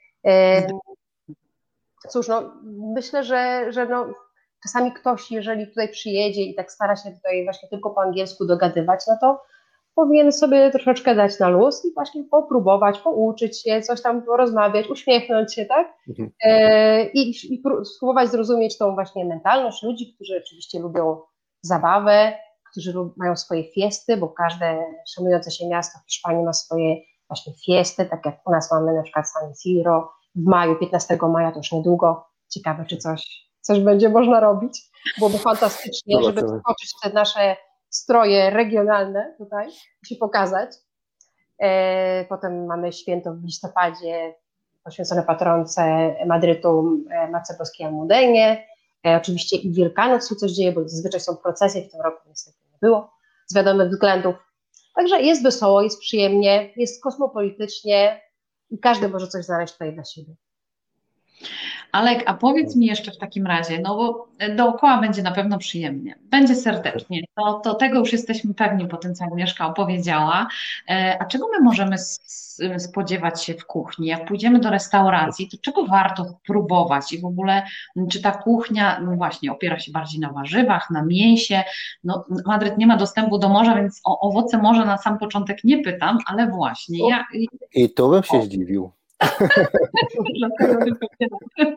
Cóż, no myślę, że, że no, czasami ktoś, jeżeli tutaj przyjedzie i tak stara się tutaj właśnie tylko po angielsku dogadywać, no to powinien sobie troszeczkę dać na luz i właśnie popróbować, pouczyć się, coś tam porozmawiać, uśmiechnąć się, tak? Mhm. E, i, I spróbować zrozumieć tą właśnie mentalność ludzi, którzy oczywiście lubią zabawę, którzy lub, mają swoje fiesty, bo każde szanujące się miasto w Hiszpanii ma swoje właśnie fiesty, tak jak u nas mamy na przykład San Isidro w maju, piętnastego maja, to już niedługo. Ciekawe, czy coś Coś będzie można robić, byłoby fantastycznie, żeby wskoczyć w te nasze stroje regionalne tutaj i się pokazać. E, potem mamy święto w listopadzie poświęcone patronce Madrytu, e, Matce Boskiej Almudenie. E, oczywiście i Wielkanoc się coś dzieje, bo zazwyczaj są procesje, w tym roku niestety nie było z wiadomych względów. Także jest wesoło, jest przyjemnie, jest kosmopolitycznie i każdy może coś znaleźć tutaj dla siebie.
Alek, a powiedz mi jeszcze w takim razie, no bo dookoła będzie na pewno przyjemnie, będzie serdecznie, to, to tego już jesteśmy pewni, bo tym co Agnieszka opowiedziała. E, A czego my możemy s- spodziewać się w kuchni? Jak pójdziemy do restauracji, to czego warto spróbować? I w ogóle, m, czy ta kuchnia, no właśnie, opiera się bardziej na warzywach, na mięsie? No, Madryt nie ma dostępu do morza, więc o owoce morza na sam początek nie pytam, ale właśnie, ja...
I tu bym się
O,
zdziwił.
dlatego tylko pytam.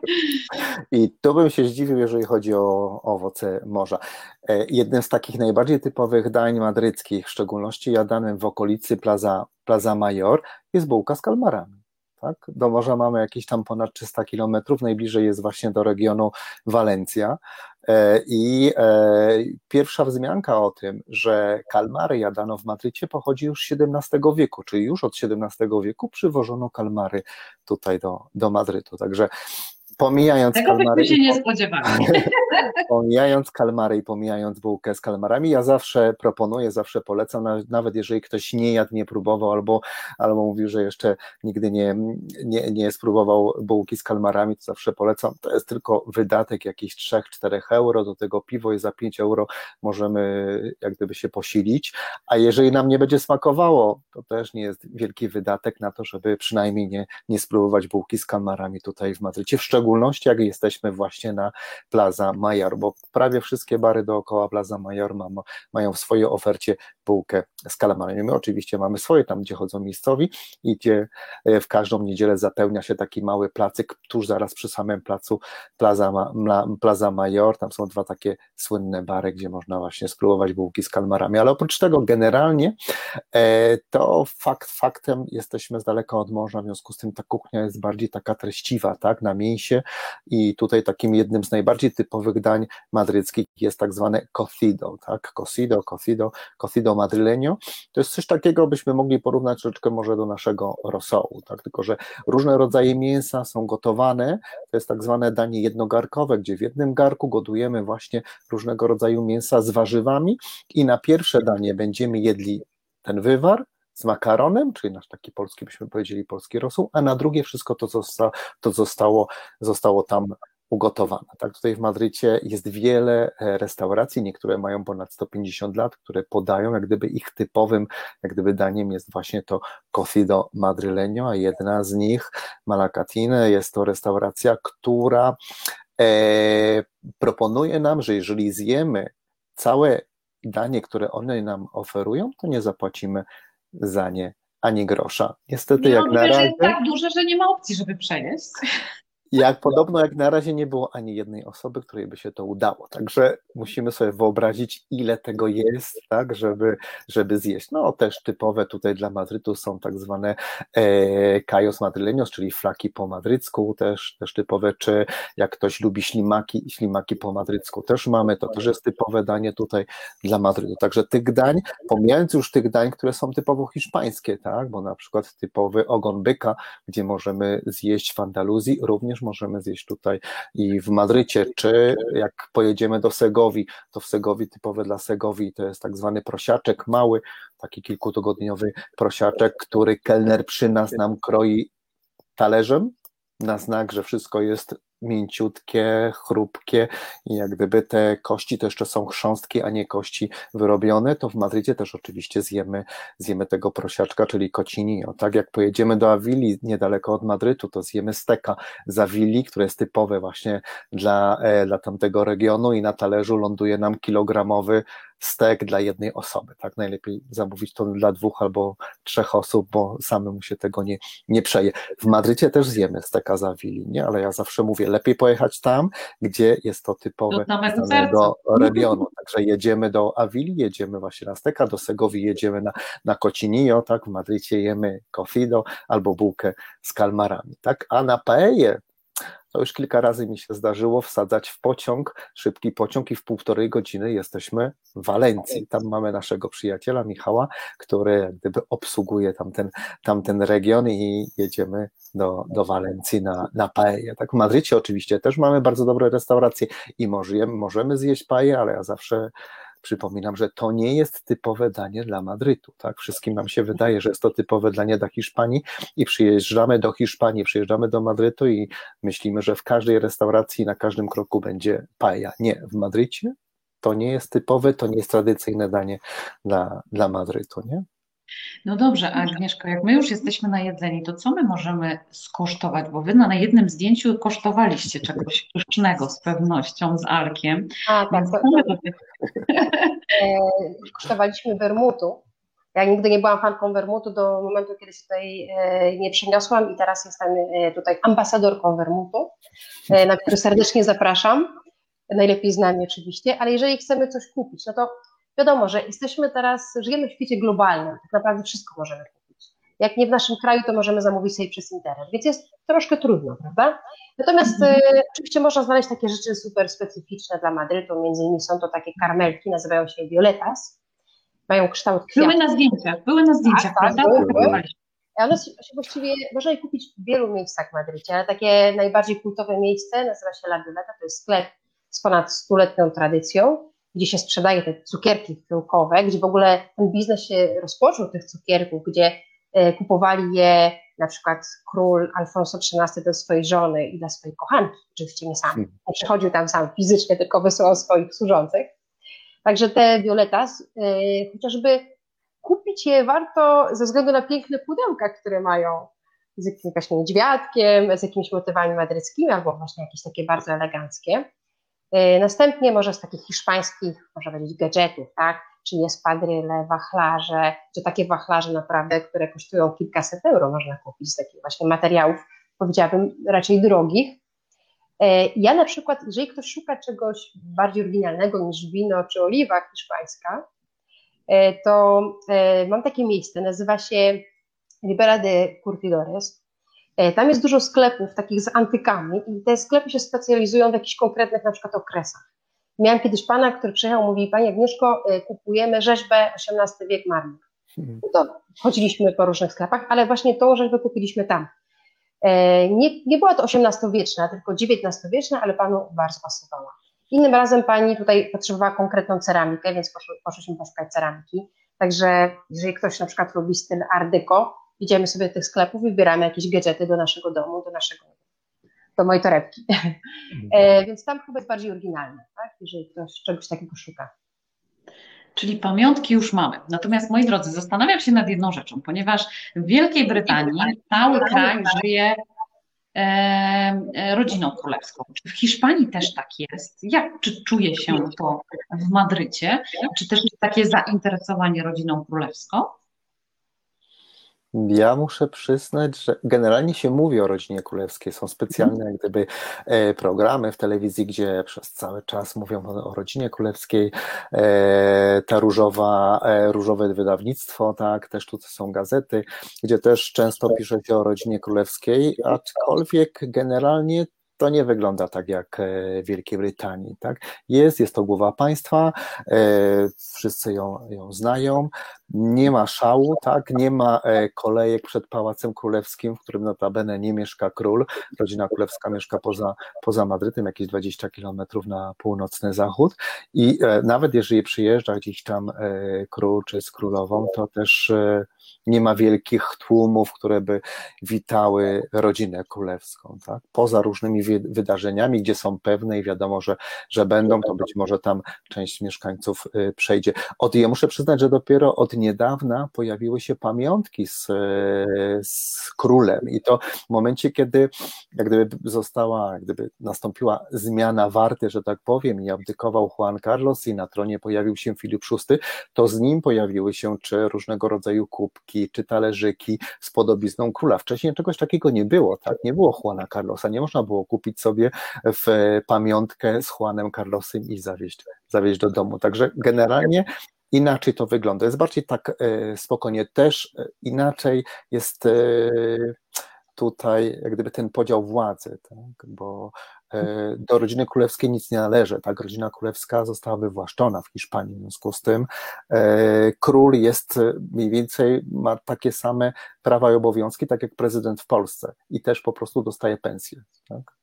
I tu bym się zdziwił, jeżeli chodzi o owoce morza. E, Jednym z takich najbardziej typowych dań madryckich, w szczególności jadanym w okolicy Plaza, Plaza Mayor, jest bułka z kalmarami. Tak? Do morza mamy jakieś tam ponad trzysta kilometrów, najbliżej jest właśnie do regionu Walencja. E, I e, pierwsza wzmianka o tym, że kalmary jadano w Madrycie, pochodzi już z siedemnastego wieku, czyli już od siedemnastego wieku przywożono kalmary tutaj do, do Madrytu. Także pomijając
Tego byśmy
kalmary,
się
i
nie
po,
spodziewali.
pomijając kalmary i pomijając bułkę z kalmarami, ja zawsze proponuję, zawsze polecam, na- nawet jeżeli ktoś nie jadł, nie próbował, albo, albo mówił, że jeszcze nigdy nie, nie, nie spróbował bułki z kalmarami, to zawsze polecam. To jest tylko wydatek jakichś trzy cztery euro, do tego piwo i za pięć euro możemy jak gdyby się posilić, a jeżeli nam nie będzie smakowało, to też nie jest wielki wydatek na to, żeby przynajmniej nie, nie spróbować bułki z kalmarami tutaj w Madrycie, w szczególności jak jesteśmy właśnie na Plaza Mayor, bo prawie wszystkie bary dookoła Plaza Mayor ma, mają w swojej ofercie bułkę z kalmarami. My oczywiście mamy swoje tam, gdzie chodzą miejscowi i gdzie w każdą niedzielę zapełnia się taki mały placyk, tuż zaraz przy samym placu Plaza, Ma, Plaza Mayor, tam są dwa takie słynne bary, gdzie można właśnie spróbować bułki z kalmarami, ale oprócz tego generalnie e, to fakt faktem jesteśmy z daleka od morza, w związku z tym ta kuchnia jest bardziej taka treściwa, tak, na mięsie i tutaj takim jednym z najbardziej typowych dań madryckich jest tak zwane cocido, tak, cocido, cocido, cocido madrileño, to jest coś takiego, byśmy mogli porównać troszeczkę może do naszego rosołu, tak, tylko że różne rodzaje mięsa są gotowane, to jest tak zwane danie jednogarkowe, gdzie w jednym garku gotujemy właśnie różnego rodzaju mięsa z warzywami i na pierwsze danie będziemy jedli ten wywar z makaronem, czyli nasz taki polski, byśmy powiedzieli polski rosół, a na drugie wszystko to, zosta, to zostało, zostało tam ugotowane. Tak, tutaj w Madrycie jest wiele restauracji, niektóre mają ponad sto pięćdziesiąt lat, które podają, jak gdyby ich typowym, jak gdyby daniem jest właśnie to cocido madrileño, a jedna z nich, Malacatine, jest to restauracja, która e, proponuje nam, że jeżeli zjemy całe danie, które one nam oferują, to nie zapłacimy za nie ani grosza. Niestety,
Nie,
jak
no,
na
że
razie,
jest tak duże, że nie ma opcji, żeby przejeść.
jak podobno jak na razie nie było ani jednej osoby, której by się to udało. Także musimy sobie wyobrazić, ile tego jest, tak, żeby, żeby zjeść. No też typowe tutaj dla Madrytu są tak zwane e, callos madrileños, czyli flaki po madrycku, też, też typowe, czy jak ktoś lubi ślimaki, ślimaki po madrycku też mamy, to też jest typowe danie tutaj dla Madrytu. Także tych dań, pomijając już tych dań, które są typowo hiszpańskie, tak, bo na przykład typowy ogon byka, gdzie możemy zjeść w Andaluzji, również możemy zjeść tutaj i w Madrycie, czy jak pojedziemy do Segowii, to w Segowii typowe dla Segowii to jest tak zwany prosiaczek mały, taki kilkutygodniowy prosiaczek, który kelner przy nas nam kroi talerzem, na znak, że wszystko jest mięciutkie, chrupkie i jak gdyby te kości to jeszcze są chrząstki, a nie kości wyrobione, to w Madrycie też oczywiście zjemy, zjemy tego prosiaczka, czyli cocinillo. Tak jak pojedziemy do Awili, niedaleko od Madrytu, to zjemy steka z Awili, które jest typowe właśnie dla, e, dla tamtego regionu i na talerzu ląduje nam kilogramowy stek dla jednej osoby, tak, najlepiej zamówić to dla dwóch albo trzech osób, bo samemu się tego nie, nie przeje. W Madrycie też zjemy steka z Awili, nie, ale ja zawsze mówię, lepiej pojechać tam, gdzie jest to typowe
Do
z danego regionu, także jedziemy do Awili, jedziemy właśnie na steka, do Segowii jedziemy na, na cocinillo, tak, w Madrycie jemy cocido albo bułkę z kalmarami, tak, a na paellę to już kilka razy mi się zdarzyło wsadzać w pociąg, szybki pociąg i w półtorej godziny jesteśmy w Walencji. Tam mamy naszego przyjaciela Michała, który jak gdyby obsługuje tamten, tamten region i jedziemy do, do Walencji na, na paellę. Tak, w Madrycie oczywiście też mamy bardzo dobre restauracje i możemy, możemy zjeść paellę, ale ja zawsze Przypominam, że to nie jest typowe danie dla Madrytu, tak? Wszystkim nam się wydaje, że jest to typowe danie dla Hiszpanii i przyjeżdżamy do Hiszpanii, przyjeżdżamy do Madrytu i myślimy, że w każdej restauracji na każdym kroku będzie paella. Nie, w Madrycie to nie jest typowe, to nie jest tradycyjne danie dla, dla Madrytu, nie?
No dobrze, a Agnieszko, jak my już jesteśmy najedzeni, to co my możemy skosztować? Bo wy na jednym zdjęciu kosztowaliście czegoś pysznego z pewnością, z alkiem.
A, tak,
Więc
to,
co my do
e, kosztowaliśmy wermutu. Ja nigdy nie byłam fanką wermutu do momentu, kiedy się tutaj e, nie przeniosłam i teraz jestem e, tutaj ambasadorką wermutu, e, na który serdecznie zapraszam. Najlepiej z nami oczywiście, ale jeżeli chcemy coś kupić, no to wiadomo, że jesteśmy teraz, żyjemy w świecie globalnym, tak naprawdę wszystko możemy kupić. Jak nie w naszym kraju, to możemy zamówić sobie przez internet, więc jest troszkę trudno, prawda? Natomiast e, oczywiście można znaleźć takie rzeczy super specyficzne dla Madrytu, między innymi są to takie karmelki, nazywają się violetas, mają kształt kwiatu.
Były na zdjęciach, były na zdjęciach,
tak,
prawda?
tak, były, były. One się właściwie można je kupić w wielu miejscach w Madrycie, ale takie najbardziej kultowe miejsce nazywa się La Violeta, to jest sklep z ponad stuletnią tradycją, gdzie się sprzedaje te cukierki fyłkowe, gdzie w ogóle ten biznes się rozpoczął, tych cukierków, gdzie e, kupowali je na przykład król Alfonso trzynasty dla swojej żony i dla swojej kochanki, oczywiście nie sam. Nie przychodził tam sam fizycznie, tylko wysyłał swoich służących. Także te violetas, e, chociażby kupić je warto ze względu na piękne pudełka, które mają z jakimś niedźwiadkiem, z jakimiś motywami madryckimi, albo właśnie jakieś takie bardzo eleganckie. Następnie może z takich hiszpańskich, można powiedzieć, gadżetów, tak? Czyli espadryle, wachlarze, czy takie wachlarze naprawdę, które kosztują kilkaset euro, można kupić z takich właśnie materiałów, powiedziałabym, raczej drogich. Ja na przykład, jeżeli ktoś szuka czegoś bardziej oryginalnego niż wino czy oliwa hiszpańska, to mam takie miejsce, nazywa się Ribera de Curtidores. Tam jest dużo sklepów takich z antykami i te sklepy się specjalizują w jakichś konkretnych na przykład okresach. Miałam kiedyś pana, który przyjechał, mówi: Pani Agnieszko, kupujemy rzeźbę osiemnasty wiek Marmur. No to chodziliśmy po różnych sklepach, ale właśnie tą rzeźbę kupiliśmy tam. Nie, nie była to osiemnastowieczna, tylko dziewiętnastowieczna, ale panu bardzo pasowała. Innym razem pani tutaj potrzebowała konkretną ceramikę, więc poszliśmy poszukać ceramiki. Także jeżeli ktoś na przykład lubi styl art deco, idziemy sobie do tych sklepów i wybieramy jakieś gadżety do naszego domu, do naszego, do mojej torebki. e, więc tam chyba jest bardziej oryginalne, tak? Jeżeli ktoś czegoś takiego szuka.
Czyli pamiątki już mamy. Natomiast, moi drodzy, zastanawiam się nad jedną rzeczą, ponieważ w Wielkiej Brytanii cały kraj żyje e, rodziną królewską. Czy w Hiszpanii też tak jest? Jak, czy czuje się to w Madrycie? Czy też jest takie zainteresowanie rodziną królewską?
Ja muszę przyznać, że generalnie się mówi o rodzinie królewskiej. Są specjalne jak gdyby programy w telewizji, gdzie przez cały czas mówią o, o rodzinie królewskiej. Ta różowa, różowe wydawnictwo, tak, też tutaj są gazety, gdzie też często pisze się o rodzinie królewskiej, aczkolwiek generalnie to nie wygląda tak jak w Wielkiej Brytanii, tak? Jest, jest to głowa państwa, wszyscy ją, ją znają, nie ma szału, tak? Nie ma kolejek przed Pałacem Królewskim, w którym notabene nie mieszka król, rodzina królewska mieszka poza, poza Madrytem, jakieś dwadzieścia kilometrów na północny zachód i nawet jeżeli przyjeżdża gdzieś tam król czy z królową, to też nie ma wielkich tłumów, które by witały rodzinę królewską, tak? Poza różnymi wydarzeniami, gdzie są pewne i wiadomo, że, że będą, to być może tam część mieszkańców przejdzie. Od, ja muszę przyznać, że dopiero od niedawna pojawiły się pamiątki z, z królem i to w momencie, kiedy jak gdyby została, jak gdyby nastąpiła zmiana warty, że tak powiem, i abdykował Juan Carlos i na tronie pojawił się Filip szósty, to z nim pojawiły się czy różnego rodzaju kubki, czy talerzyki z podobizną króla. Wcześniej czegoś takiego nie było, tak? Nie było Juana Carlosa, nie można było kupić sobie w pamiątkę z Juanem Carlosem i zawieźć, zawieźć do domu. Także generalnie inaczej to wygląda. Jest bardziej tak e, spokojnie. Też e, inaczej jest e, tutaj jak gdyby ten podział władzy, tak? Bo e, do rodziny królewskiej nic nie należy. Tak? Rodzina królewska została wywłaszczona w Hiszpanii, w związku z tym e, król jest mniej więcej, ma takie same prawa i obowiązki, tak jak prezydent w Polsce i też po prostu dostaje pensję. Tak?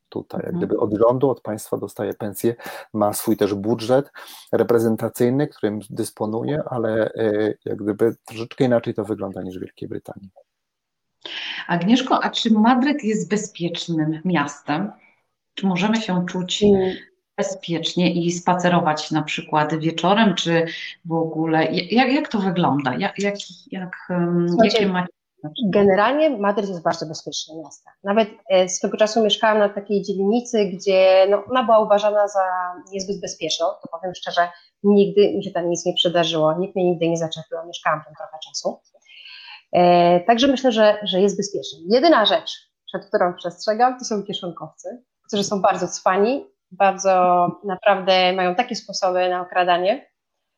tutaj, jak
Mhm.
gdyby od rządu, od państwa dostaje pensję, ma swój też budżet reprezentacyjny, którym dysponuje, ale jak gdyby troszeczkę inaczej to wygląda niż w Wielkiej Brytanii.
Agnieszko, a czy Madryt jest bezpiecznym miastem? Czy możemy się czuć
Mm.
bezpiecznie i spacerować na przykład wieczorem, czy w ogóle, jak, jak to wygląda? Jak, jak, jak, jakie macie?
Generalnie Madryt jest bardzo bezpiecznym miastem. Nawet swego czasu mieszkałam na takiej dzielnicy, gdzie no, ona była uważana za niezbyt bezpieczną, to powiem szczerze, nigdy mi się tam nic nie przydarzyło, nikt mnie nigdy nie zaczepił, mieszkałam tam trochę czasu. E, także myślę, że, że jest bezpiecznie. Jedyna rzecz, przed którą przestrzegam, to są kieszonkowcy, którzy są bardzo cwani, bardzo naprawdę mają takie sposoby na okradanie,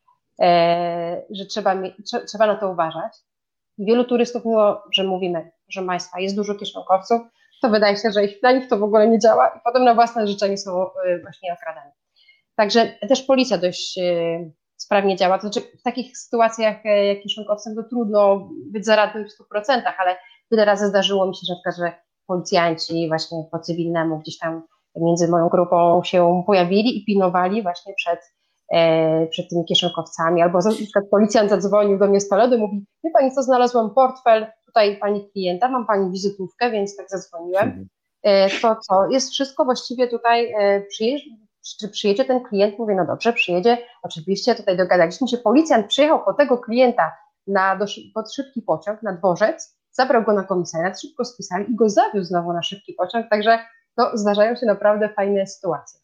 e, że trzeba, mi, trze, trzeba na to uważać. Wielu turystów, mimo że mówimy, że państwa jest dużo kieszonkowców, to wydaje się, że ich, dla nich to w ogóle nie działa i potem na własne życzenie są właśnie okradani. Także też policja dość sprawnie działa. To znaczy w takich sytuacjach jak kieszonkowcem to trudno być zaradnym w stu procentach, ale wiele razy zdarzyło mi się, że, przykład, że policjanci właśnie po cywilnemu gdzieś tam między moją grupą się pojawili i pilnowali właśnie przed przed tymi kieszonkowcami, albo na przykład policjant zadzwonił do mnie z Toledo i mówi, wie pani co, znalazłam portfel tutaj pani klienta, mam pani wizytówkę, więc tak zadzwoniłem, to co, jest wszystko właściwie tutaj, przyjedzie, czy przyjedzie ten klient? Mówię, no dobrze, przyjedzie, oczywiście tutaj dogadaliśmy się, policjant przyjechał po tego klienta na, do, pod szybki pociąg, na dworzec, zabrał go na komisariat, szybko spisali i go zawiózł znowu na szybki pociąg, także no, zdarzają się naprawdę fajne sytuacje.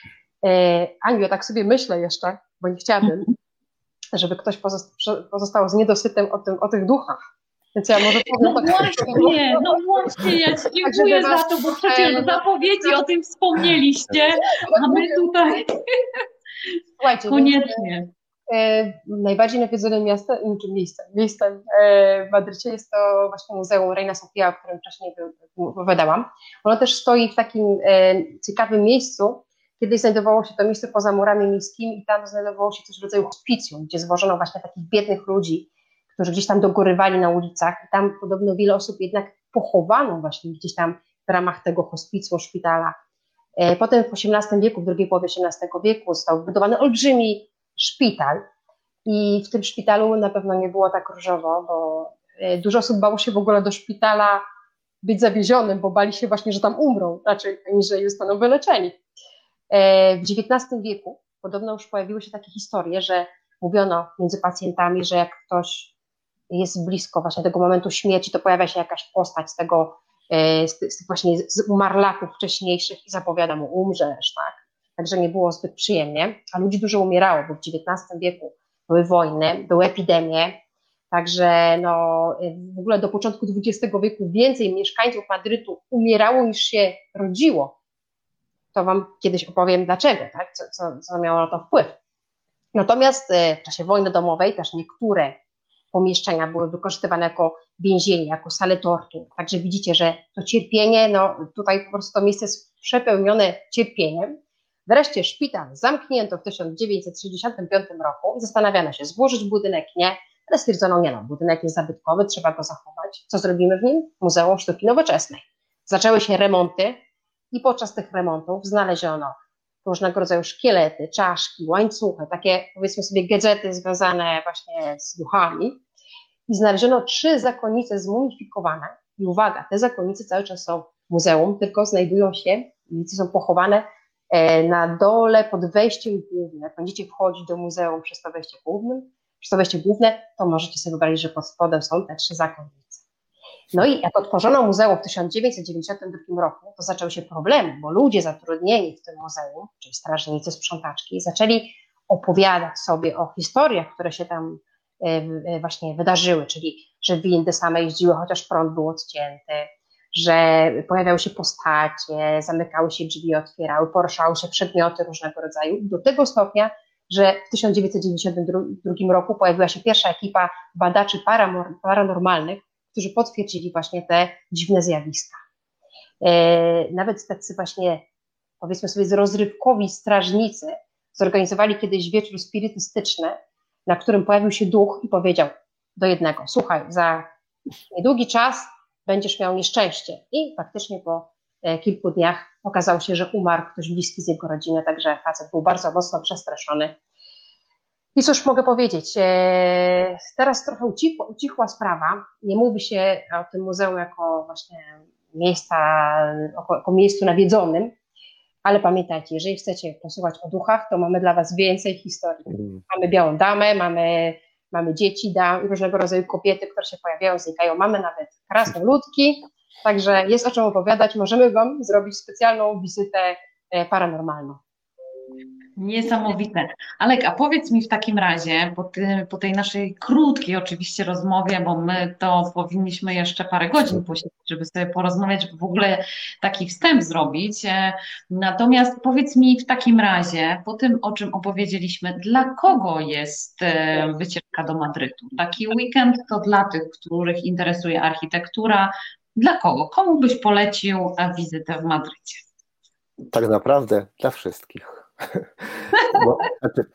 Aniu, tak sobie myślę jeszcze, bo nie chciałabym, żeby ktoś pozostał z niedosytem o, tym, o tych duchach. Więc ja może powiem
no
tak.
Właśnie, no właśnie, ja Ci dziękuję tak, za to, bo przecież w zapowiedzi o tym wspomnieliście, a my tutaj
Słuchajcie,
koniecznie.
E, najbardziej nawiedzonym miastem, czy miejscem, miejscem e, w Madrycie jest to właśnie Muzeum Reina Sofia, o którym wcześniej opowiadałam. Ono też stoi w takim e, ciekawym miejscu. Kiedyś znajdowało się to miejsce poza murami miejskimi i tam znajdowało się coś w rodzaju hospicjum, gdzie zwożono właśnie takich biednych ludzi, którzy gdzieś tam dogorywali na ulicach i tam podobno wiele osób jednak pochowano właśnie gdzieś tam w ramach tego hospicjum, szpitala. Potem w osiemnastym wieku, w drugiej połowie osiemnastego wieku został wybudowany olbrzymi szpital i w tym szpitalu na pewno nie było tak różowo, bo dużo osób bało się w ogóle do szpitala być zawiezionym, bo bali się właśnie, że tam umrą, raczej niż że zostaną wyleczeni. W dziewiętnastym wieku podobno już pojawiły się takie historie, że mówiono między pacjentami, że jak ktoś jest blisko właśnie tego momentu śmierci, to pojawia się jakaś postać z tego, z tych właśnie z umarlaków wcześniejszych i zapowiada mu umrzesz, tak? Także nie było zbyt przyjemnie, a ludzi dużo umierało, bo w dziewiętnastym wieku były wojny, były epidemie, także no, w ogóle do początku dwudziestego wieku więcej mieszkańców Madrytu umierało niż się rodziło. To wam kiedyś opowiem dlaczego, tak? co, co, co miało na to wpływ. Natomiast w czasie wojny domowej też niektóre pomieszczenia były wykorzystywane jako więzienie, jako sale tortur. Także widzicie, że to cierpienie, no tutaj po prostu to miejsce jest przepełnione cierpieniem. Wreszcie szpital zamknięto w tysiąc dziewięćset sześćdziesiątym piątym roku i zastanawiano się, zburzyć budynek, nie, ale stwierdzono, nie no, budynek jest zabytkowy, trzeba go zachować. Co zrobimy w nim? Muzeum Sztuki Nowoczesnej. Zaczęły się remonty i podczas tych remontów znaleziono różnego rodzaju szkielety, czaszki, łańcuchy, takie powiedzmy sobie gadżety związane właśnie z duchami i znaleziono trzy zakonnice zmumifikowane i uwaga, te zakonnice cały czas są w muzeum, tylko znajdują się, są pochowane na dole pod wejściem głównym. Jak będziecie wchodzić do muzeum przez to wejście główne, przez to wejście główne, to możecie sobie wyobrazić, że pod spodem są te trzy zakonnice. No i jak otworzono muzeum w tysiąc dziewięćset dziewięćdziesiątym drugim roku, to zaczęły się problemy, bo ludzie zatrudnieni w tym muzeum, czyli strażnicy, sprzątaczki, zaczęli opowiadać sobie o historiach, które się tam właśnie wydarzyły, czyli że windy same jeździły, chociaż prąd był odcięty, że pojawiały się postacie, zamykały się drzwi, otwierały, poruszały się przedmioty różnego rodzaju. Do tego stopnia, że w tysiąc dziewięćset dziewięćdziesiątym drugim roku pojawiła się pierwsza ekipa badaczy paranormalnych, którzy potwierdzili właśnie te dziwne zjawiska. Nawet tacy właśnie, powiedzmy sobie, rozrywkowi strażnicy zorganizowali kiedyś wieczór spirytystyczny, na którym pojawił się duch i powiedział do jednego: słuchaj, za niedługi czas będziesz miał nieszczęście. I faktycznie po kilku dniach okazało się, że umarł ktoś bliski z jego rodziny, także facet był bardzo mocno przestraszony. I cóż mogę powiedzieć, teraz trochę ucichła, ucichła sprawa, nie mówi się o tym muzeum jako właśnie miejsca, jako miejscu nawiedzonym, ale pamiętajcie, jeżeli chcecie posłuchać o duchach, to mamy dla was więcej historii. Mm. Mamy białą damę, mamy, mamy dzieci, dam, różnego rodzaju kobiety, które się pojawiają, znikają, mamy nawet krasnoludki, także jest o czym opowiadać, możemy wam zrobić specjalną wizytę paranormalną.
Niesamowite. Alek, a powiedz mi w takim razie, po, ty, po tej naszej krótkiej oczywiście rozmowie, bo my to powinniśmy jeszcze parę godzin posiedzieć, żeby sobie porozmawiać, żeby w ogóle taki wstęp zrobić. Natomiast powiedz mi w takim razie, po tym, o czym opowiedzieliśmy, dla kogo jest wycieczka do Madrytu? Taki weekend to dla tych, których interesuje architektura. Dla kogo? Komu byś polecił wizytę w Madrycie?
Tak naprawdę dla wszystkich. Bo, znaczy,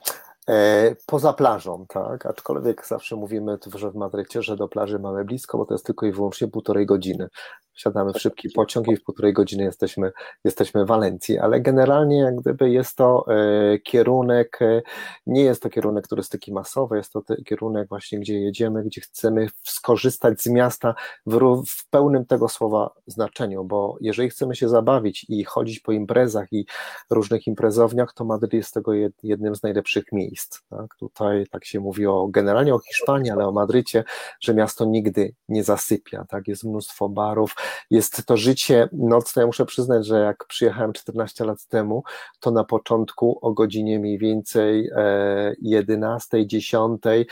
e, poza plażą, tak, aczkolwiek zawsze mówimy, że w Madrycie, że do plaży mamy blisko, bo to jest tylko i wyłącznie półtorej godziny. Wsiadamy w szybki pociąg i w półtorej godziny jesteśmy, jesteśmy w Walencji, ale generalnie jak gdyby jest to e, kierunek, e, nie jest to kierunek turystyki masowej, jest to kierunek właśnie, gdzie jedziemy, gdzie chcemy skorzystać z miasta w, w pełnym tego słowa znaczeniu, bo jeżeli chcemy się zabawić i chodzić po imprezach i różnych imprezowniach, to Madryt jest tego jed, jednym z najlepszych miejsc. Tak? Tutaj tak się mówi o, generalnie o Hiszpanii, ale o Madrycie, że miasto nigdy nie zasypia, tak? Jest mnóstwo barów, jest to życie nocne. Ja muszę przyznać, że jak przyjechałem czternaście lat temu, to na początku o godzinie mniej więcej jedenastej, dziesiątej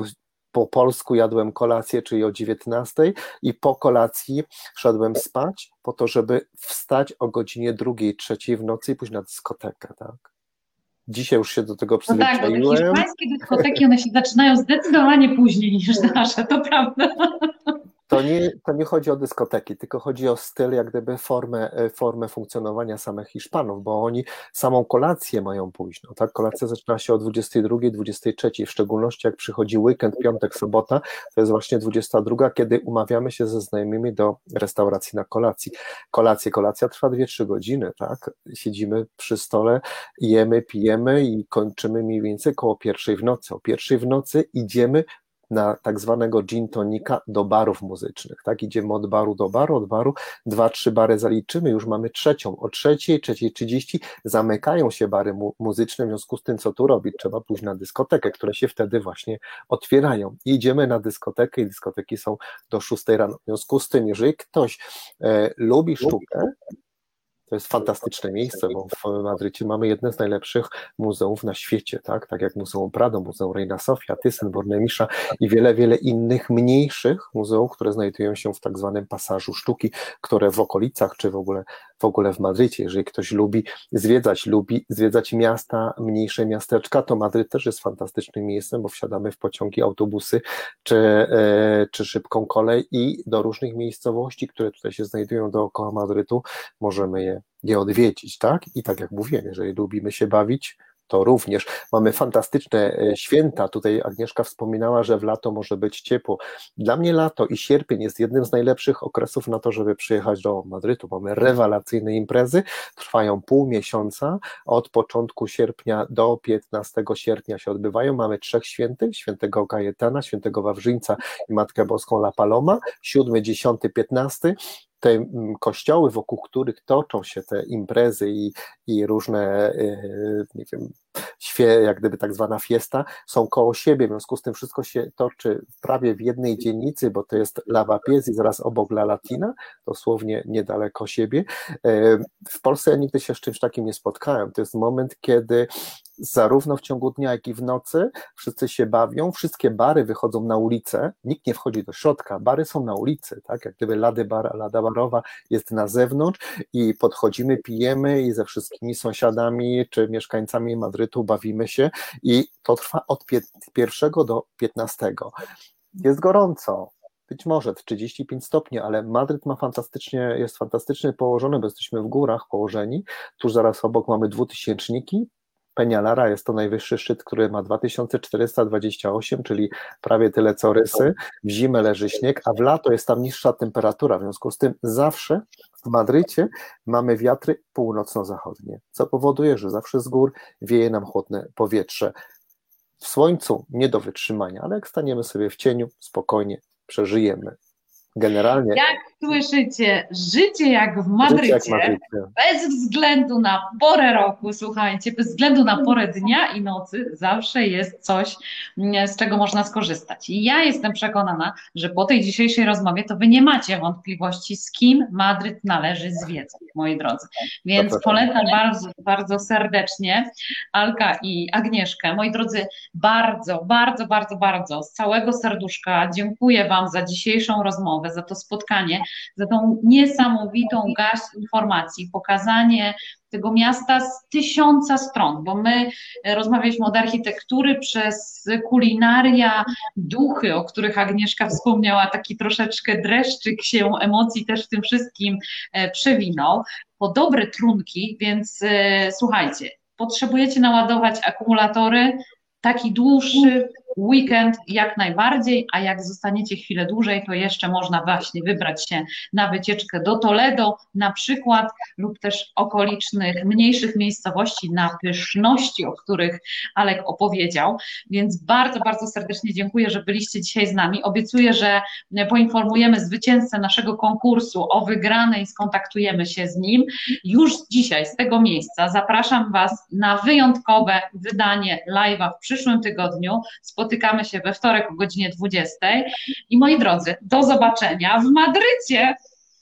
po polsku jadłem kolację, czyli o dziewiętnastej i po kolacji szedłem spać po to, żeby wstać o godzinie drugiej, trzeciej w nocy i pójść na dyskotekę, tak? Dzisiaj już się do tego przyzwyczaiłem.
No tak, bo te hiszpańskie dyskoteki, one się zaczynają zdecydowanie później niż nasze, to prawda.
To nie, to nie chodzi o dyskoteki, tylko chodzi o styl, jak gdyby formę, formę funkcjonowania samych Hiszpanów, bo oni samą kolację mają późno, tak? Kolacja zaczyna się o dwudziestej drugiej, dwudziestej trzeciej, w szczególności jak przychodzi weekend, piątek, sobota, to jest właśnie dwudziesta druga, kiedy umawiamy się ze znajomymi do restauracji na kolacji. Kolację, kolacja trwa dwie trzy godziny, tak? Siedzimy przy stole, jemy, pijemy i kończymy mniej więcej koło pierwszej w nocy. O pierwszej w nocy idziemy na tak zwanego gin tonika do barów muzycznych, tak, idziemy od baru do baru, od baru, dwa, trzy bary zaliczymy, już mamy trzecią, o trzeciej, trzeciej trzydzieści zamykają się bary mu muzyczne, w związku z tym, co tu robić, trzeba pójść na dyskotekę, które się wtedy właśnie otwierają i idziemy na dyskotekę i dyskoteki są do szóstej rano, w związku z tym, jeżeli ktoś e, lubi sztukę, to jest fantastyczne miejsce, bo w Madrycie mamy jedne z najlepszych muzeów na świecie, tak, tak jak Muzeum Prado, Muzeum Reina Sofia, Thyssen, Bornemisza i wiele, wiele innych mniejszych muzeów, które znajdują się w tak zwanym pasażu sztuki, które w okolicach, czy w ogóle, w ogóle w Madrycie, jeżeli ktoś lubi zwiedzać, lubi zwiedzać miasta, mniejsze miasteczka, to Madryt też jest fantastycznym miejscem, bo wsiadamy w pociągi, autobusy, czy, e, czy szybką kolej i do różnych miejscowości, które tutaj się znajdują dookoła Madrytu, możemy je je odwiedzić, tak? I tak jak mówiłem, jeżeli lubimy się bawić, to również mamy fantastyczne święta. Tutaj Agnieszka wspominała, że w lato może być ciepło. Dla mnie lato i sierpień jest jednym z najlepszych okresów na to, żeby przyjechać do Madrytu. Mamy rewelacyjne imprezy, trwają pół miesiąca, od początku sierpnia do piętnastego sierpnia się odbywają. Mamy trzech świętych, świętego Kajetana, świętego Wawrzyńca i Matkę Boską La Paloma, siódmy, dziesiąty, piętnasty. Te kościoły, wokół których toczą się te imprezy i, i różne, nie wiem, świe, jak gdyby tak zwana fiesta, są koło siebie, w związku z tym wszystko się toczy prawie w jednej dzielnicy, bo to jest Lavapiés i zaraz obok La Latina, dosłownie niedaleko siebie. W Polsce ja nigdy się z czymś takim nie spotkałem. To jest moment, kiedy zarówno w ciągu dnia, jak i w nocy wszyscy się bawią, wszystkie bary wychodzą na ulicę, nikt nie wchodzi do środka, bary są na ulicy, tak, jak gdyby Lady Bar, Lada Barowa jest na zewnątrz i podchodzimy, pijemy i ze wszystkimi sąsiadami czy mieszkańcami Madrytu bawimy się i to trwa od pierwszego do piętnastego. Jest gorąco, być może trzydzieści pięć stopni, ale Madryt ma fantastycznie, jest fantastycznie położony, bo jesteśmy w górach położeni, tuż zaraz obok mamy dwutysięczniki, Peñalara jest to najwyższy szczyt, który ma dwa tysiące czterysta dwadzieścia osiem, czyli prawie tyle co Rysy. W zimę leży śnieg, a w lato jest tam niższa temperatura, w związku z tym zawsze W Madrycie mamy wiatry północno-zachodnie, co powoduje, że zawsze z gór wieje nam chłodne powietrze. W słońcu nie do wytrzymania, ale jak staniemy sobie w cieniu, spokojnie przeżyjemy. Generalnie.
Jak słyszycie, życie jak w Madrycie,
życie jak w Madrycie,
bez względu na porę roku, słuchajcie, bez względu na porę dnia i nocy, zawsze jest coś, z czego można skorzystać. I ja jestem przekonana, że po tej dzisiejszej rozmowie to wy nie macie wątpliwości, z kim Madryt należy zwiedzać, moi drodzy. Więc polecam bardzo, bardzo serdecznie Alka i Agnieszkę. Moi drodzy, bardzo, bardzo, bardzo, bardzo z całego serduszka dziękuję wam za dzisiejszą rozmowę, za to spotkanie, za tą niesamowitą garść informacji, pokazanie tego miasta z tysiąca stron, bo my rozmawialiśmy od architektury przez kulinaria, duchy, o których Agnieszka wspomniała, taki troszeczkę dreszczyk się emocji też w tym wszystkim przewinął, po dobre trunki, więc słuchajcie, potrzebujecie naładować akumulatory, taki dłuższy weekend jak najbardziej, a jak zostaniecie chwilę dłużej, to jeszcze można właśnie wybrać się na wycieczkę do Toledo na przykład lub też okolicznych, mniejszych miejscowości na pyszności, o których Alek opowiedział, więc bardzo, bardzo serdecznie dziękuję, że byliście dzisiaj z nami. Obiecuję, że poinformujemy zwycięzcę naszego konkursu o wygranej, skontaktujemy się z nim. Już dzisiaj z tego miejsca zapraszam Was na wyjątkowe wydanie live'a w przyszłym tygodniu. Spotykamy się we wtorek o godzinie dwudziestej i moi drodzy, do zobaczenia w Madrycie.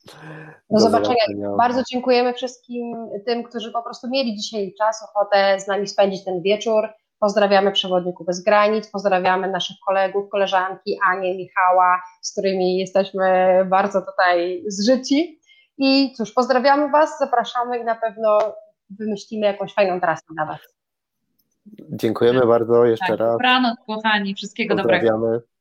Do, do zobaczenia. zobaczenia. Bardzo dziękujemy wszystkim tym, którzy po prostu mieli dzisiaj czas, ochotę z nami spędzić ten wieczór. Pozdrawiamy Przewodników Bez Granic, pozdrawiamy naszych kolegów, koleżanki Anię, Michała, z którymi jesteśmy bardzo tutaj zżyci. I cóż, pozdrawiamy Was, zapraszamy i na pewno wymyślimy jakąś fajną trasę dla Was.
Dziękujemy bardzo jeszcze
tak,
raz.
Dobranoc, kochani, wszystkiego dobrego.
Pozdrawiamy.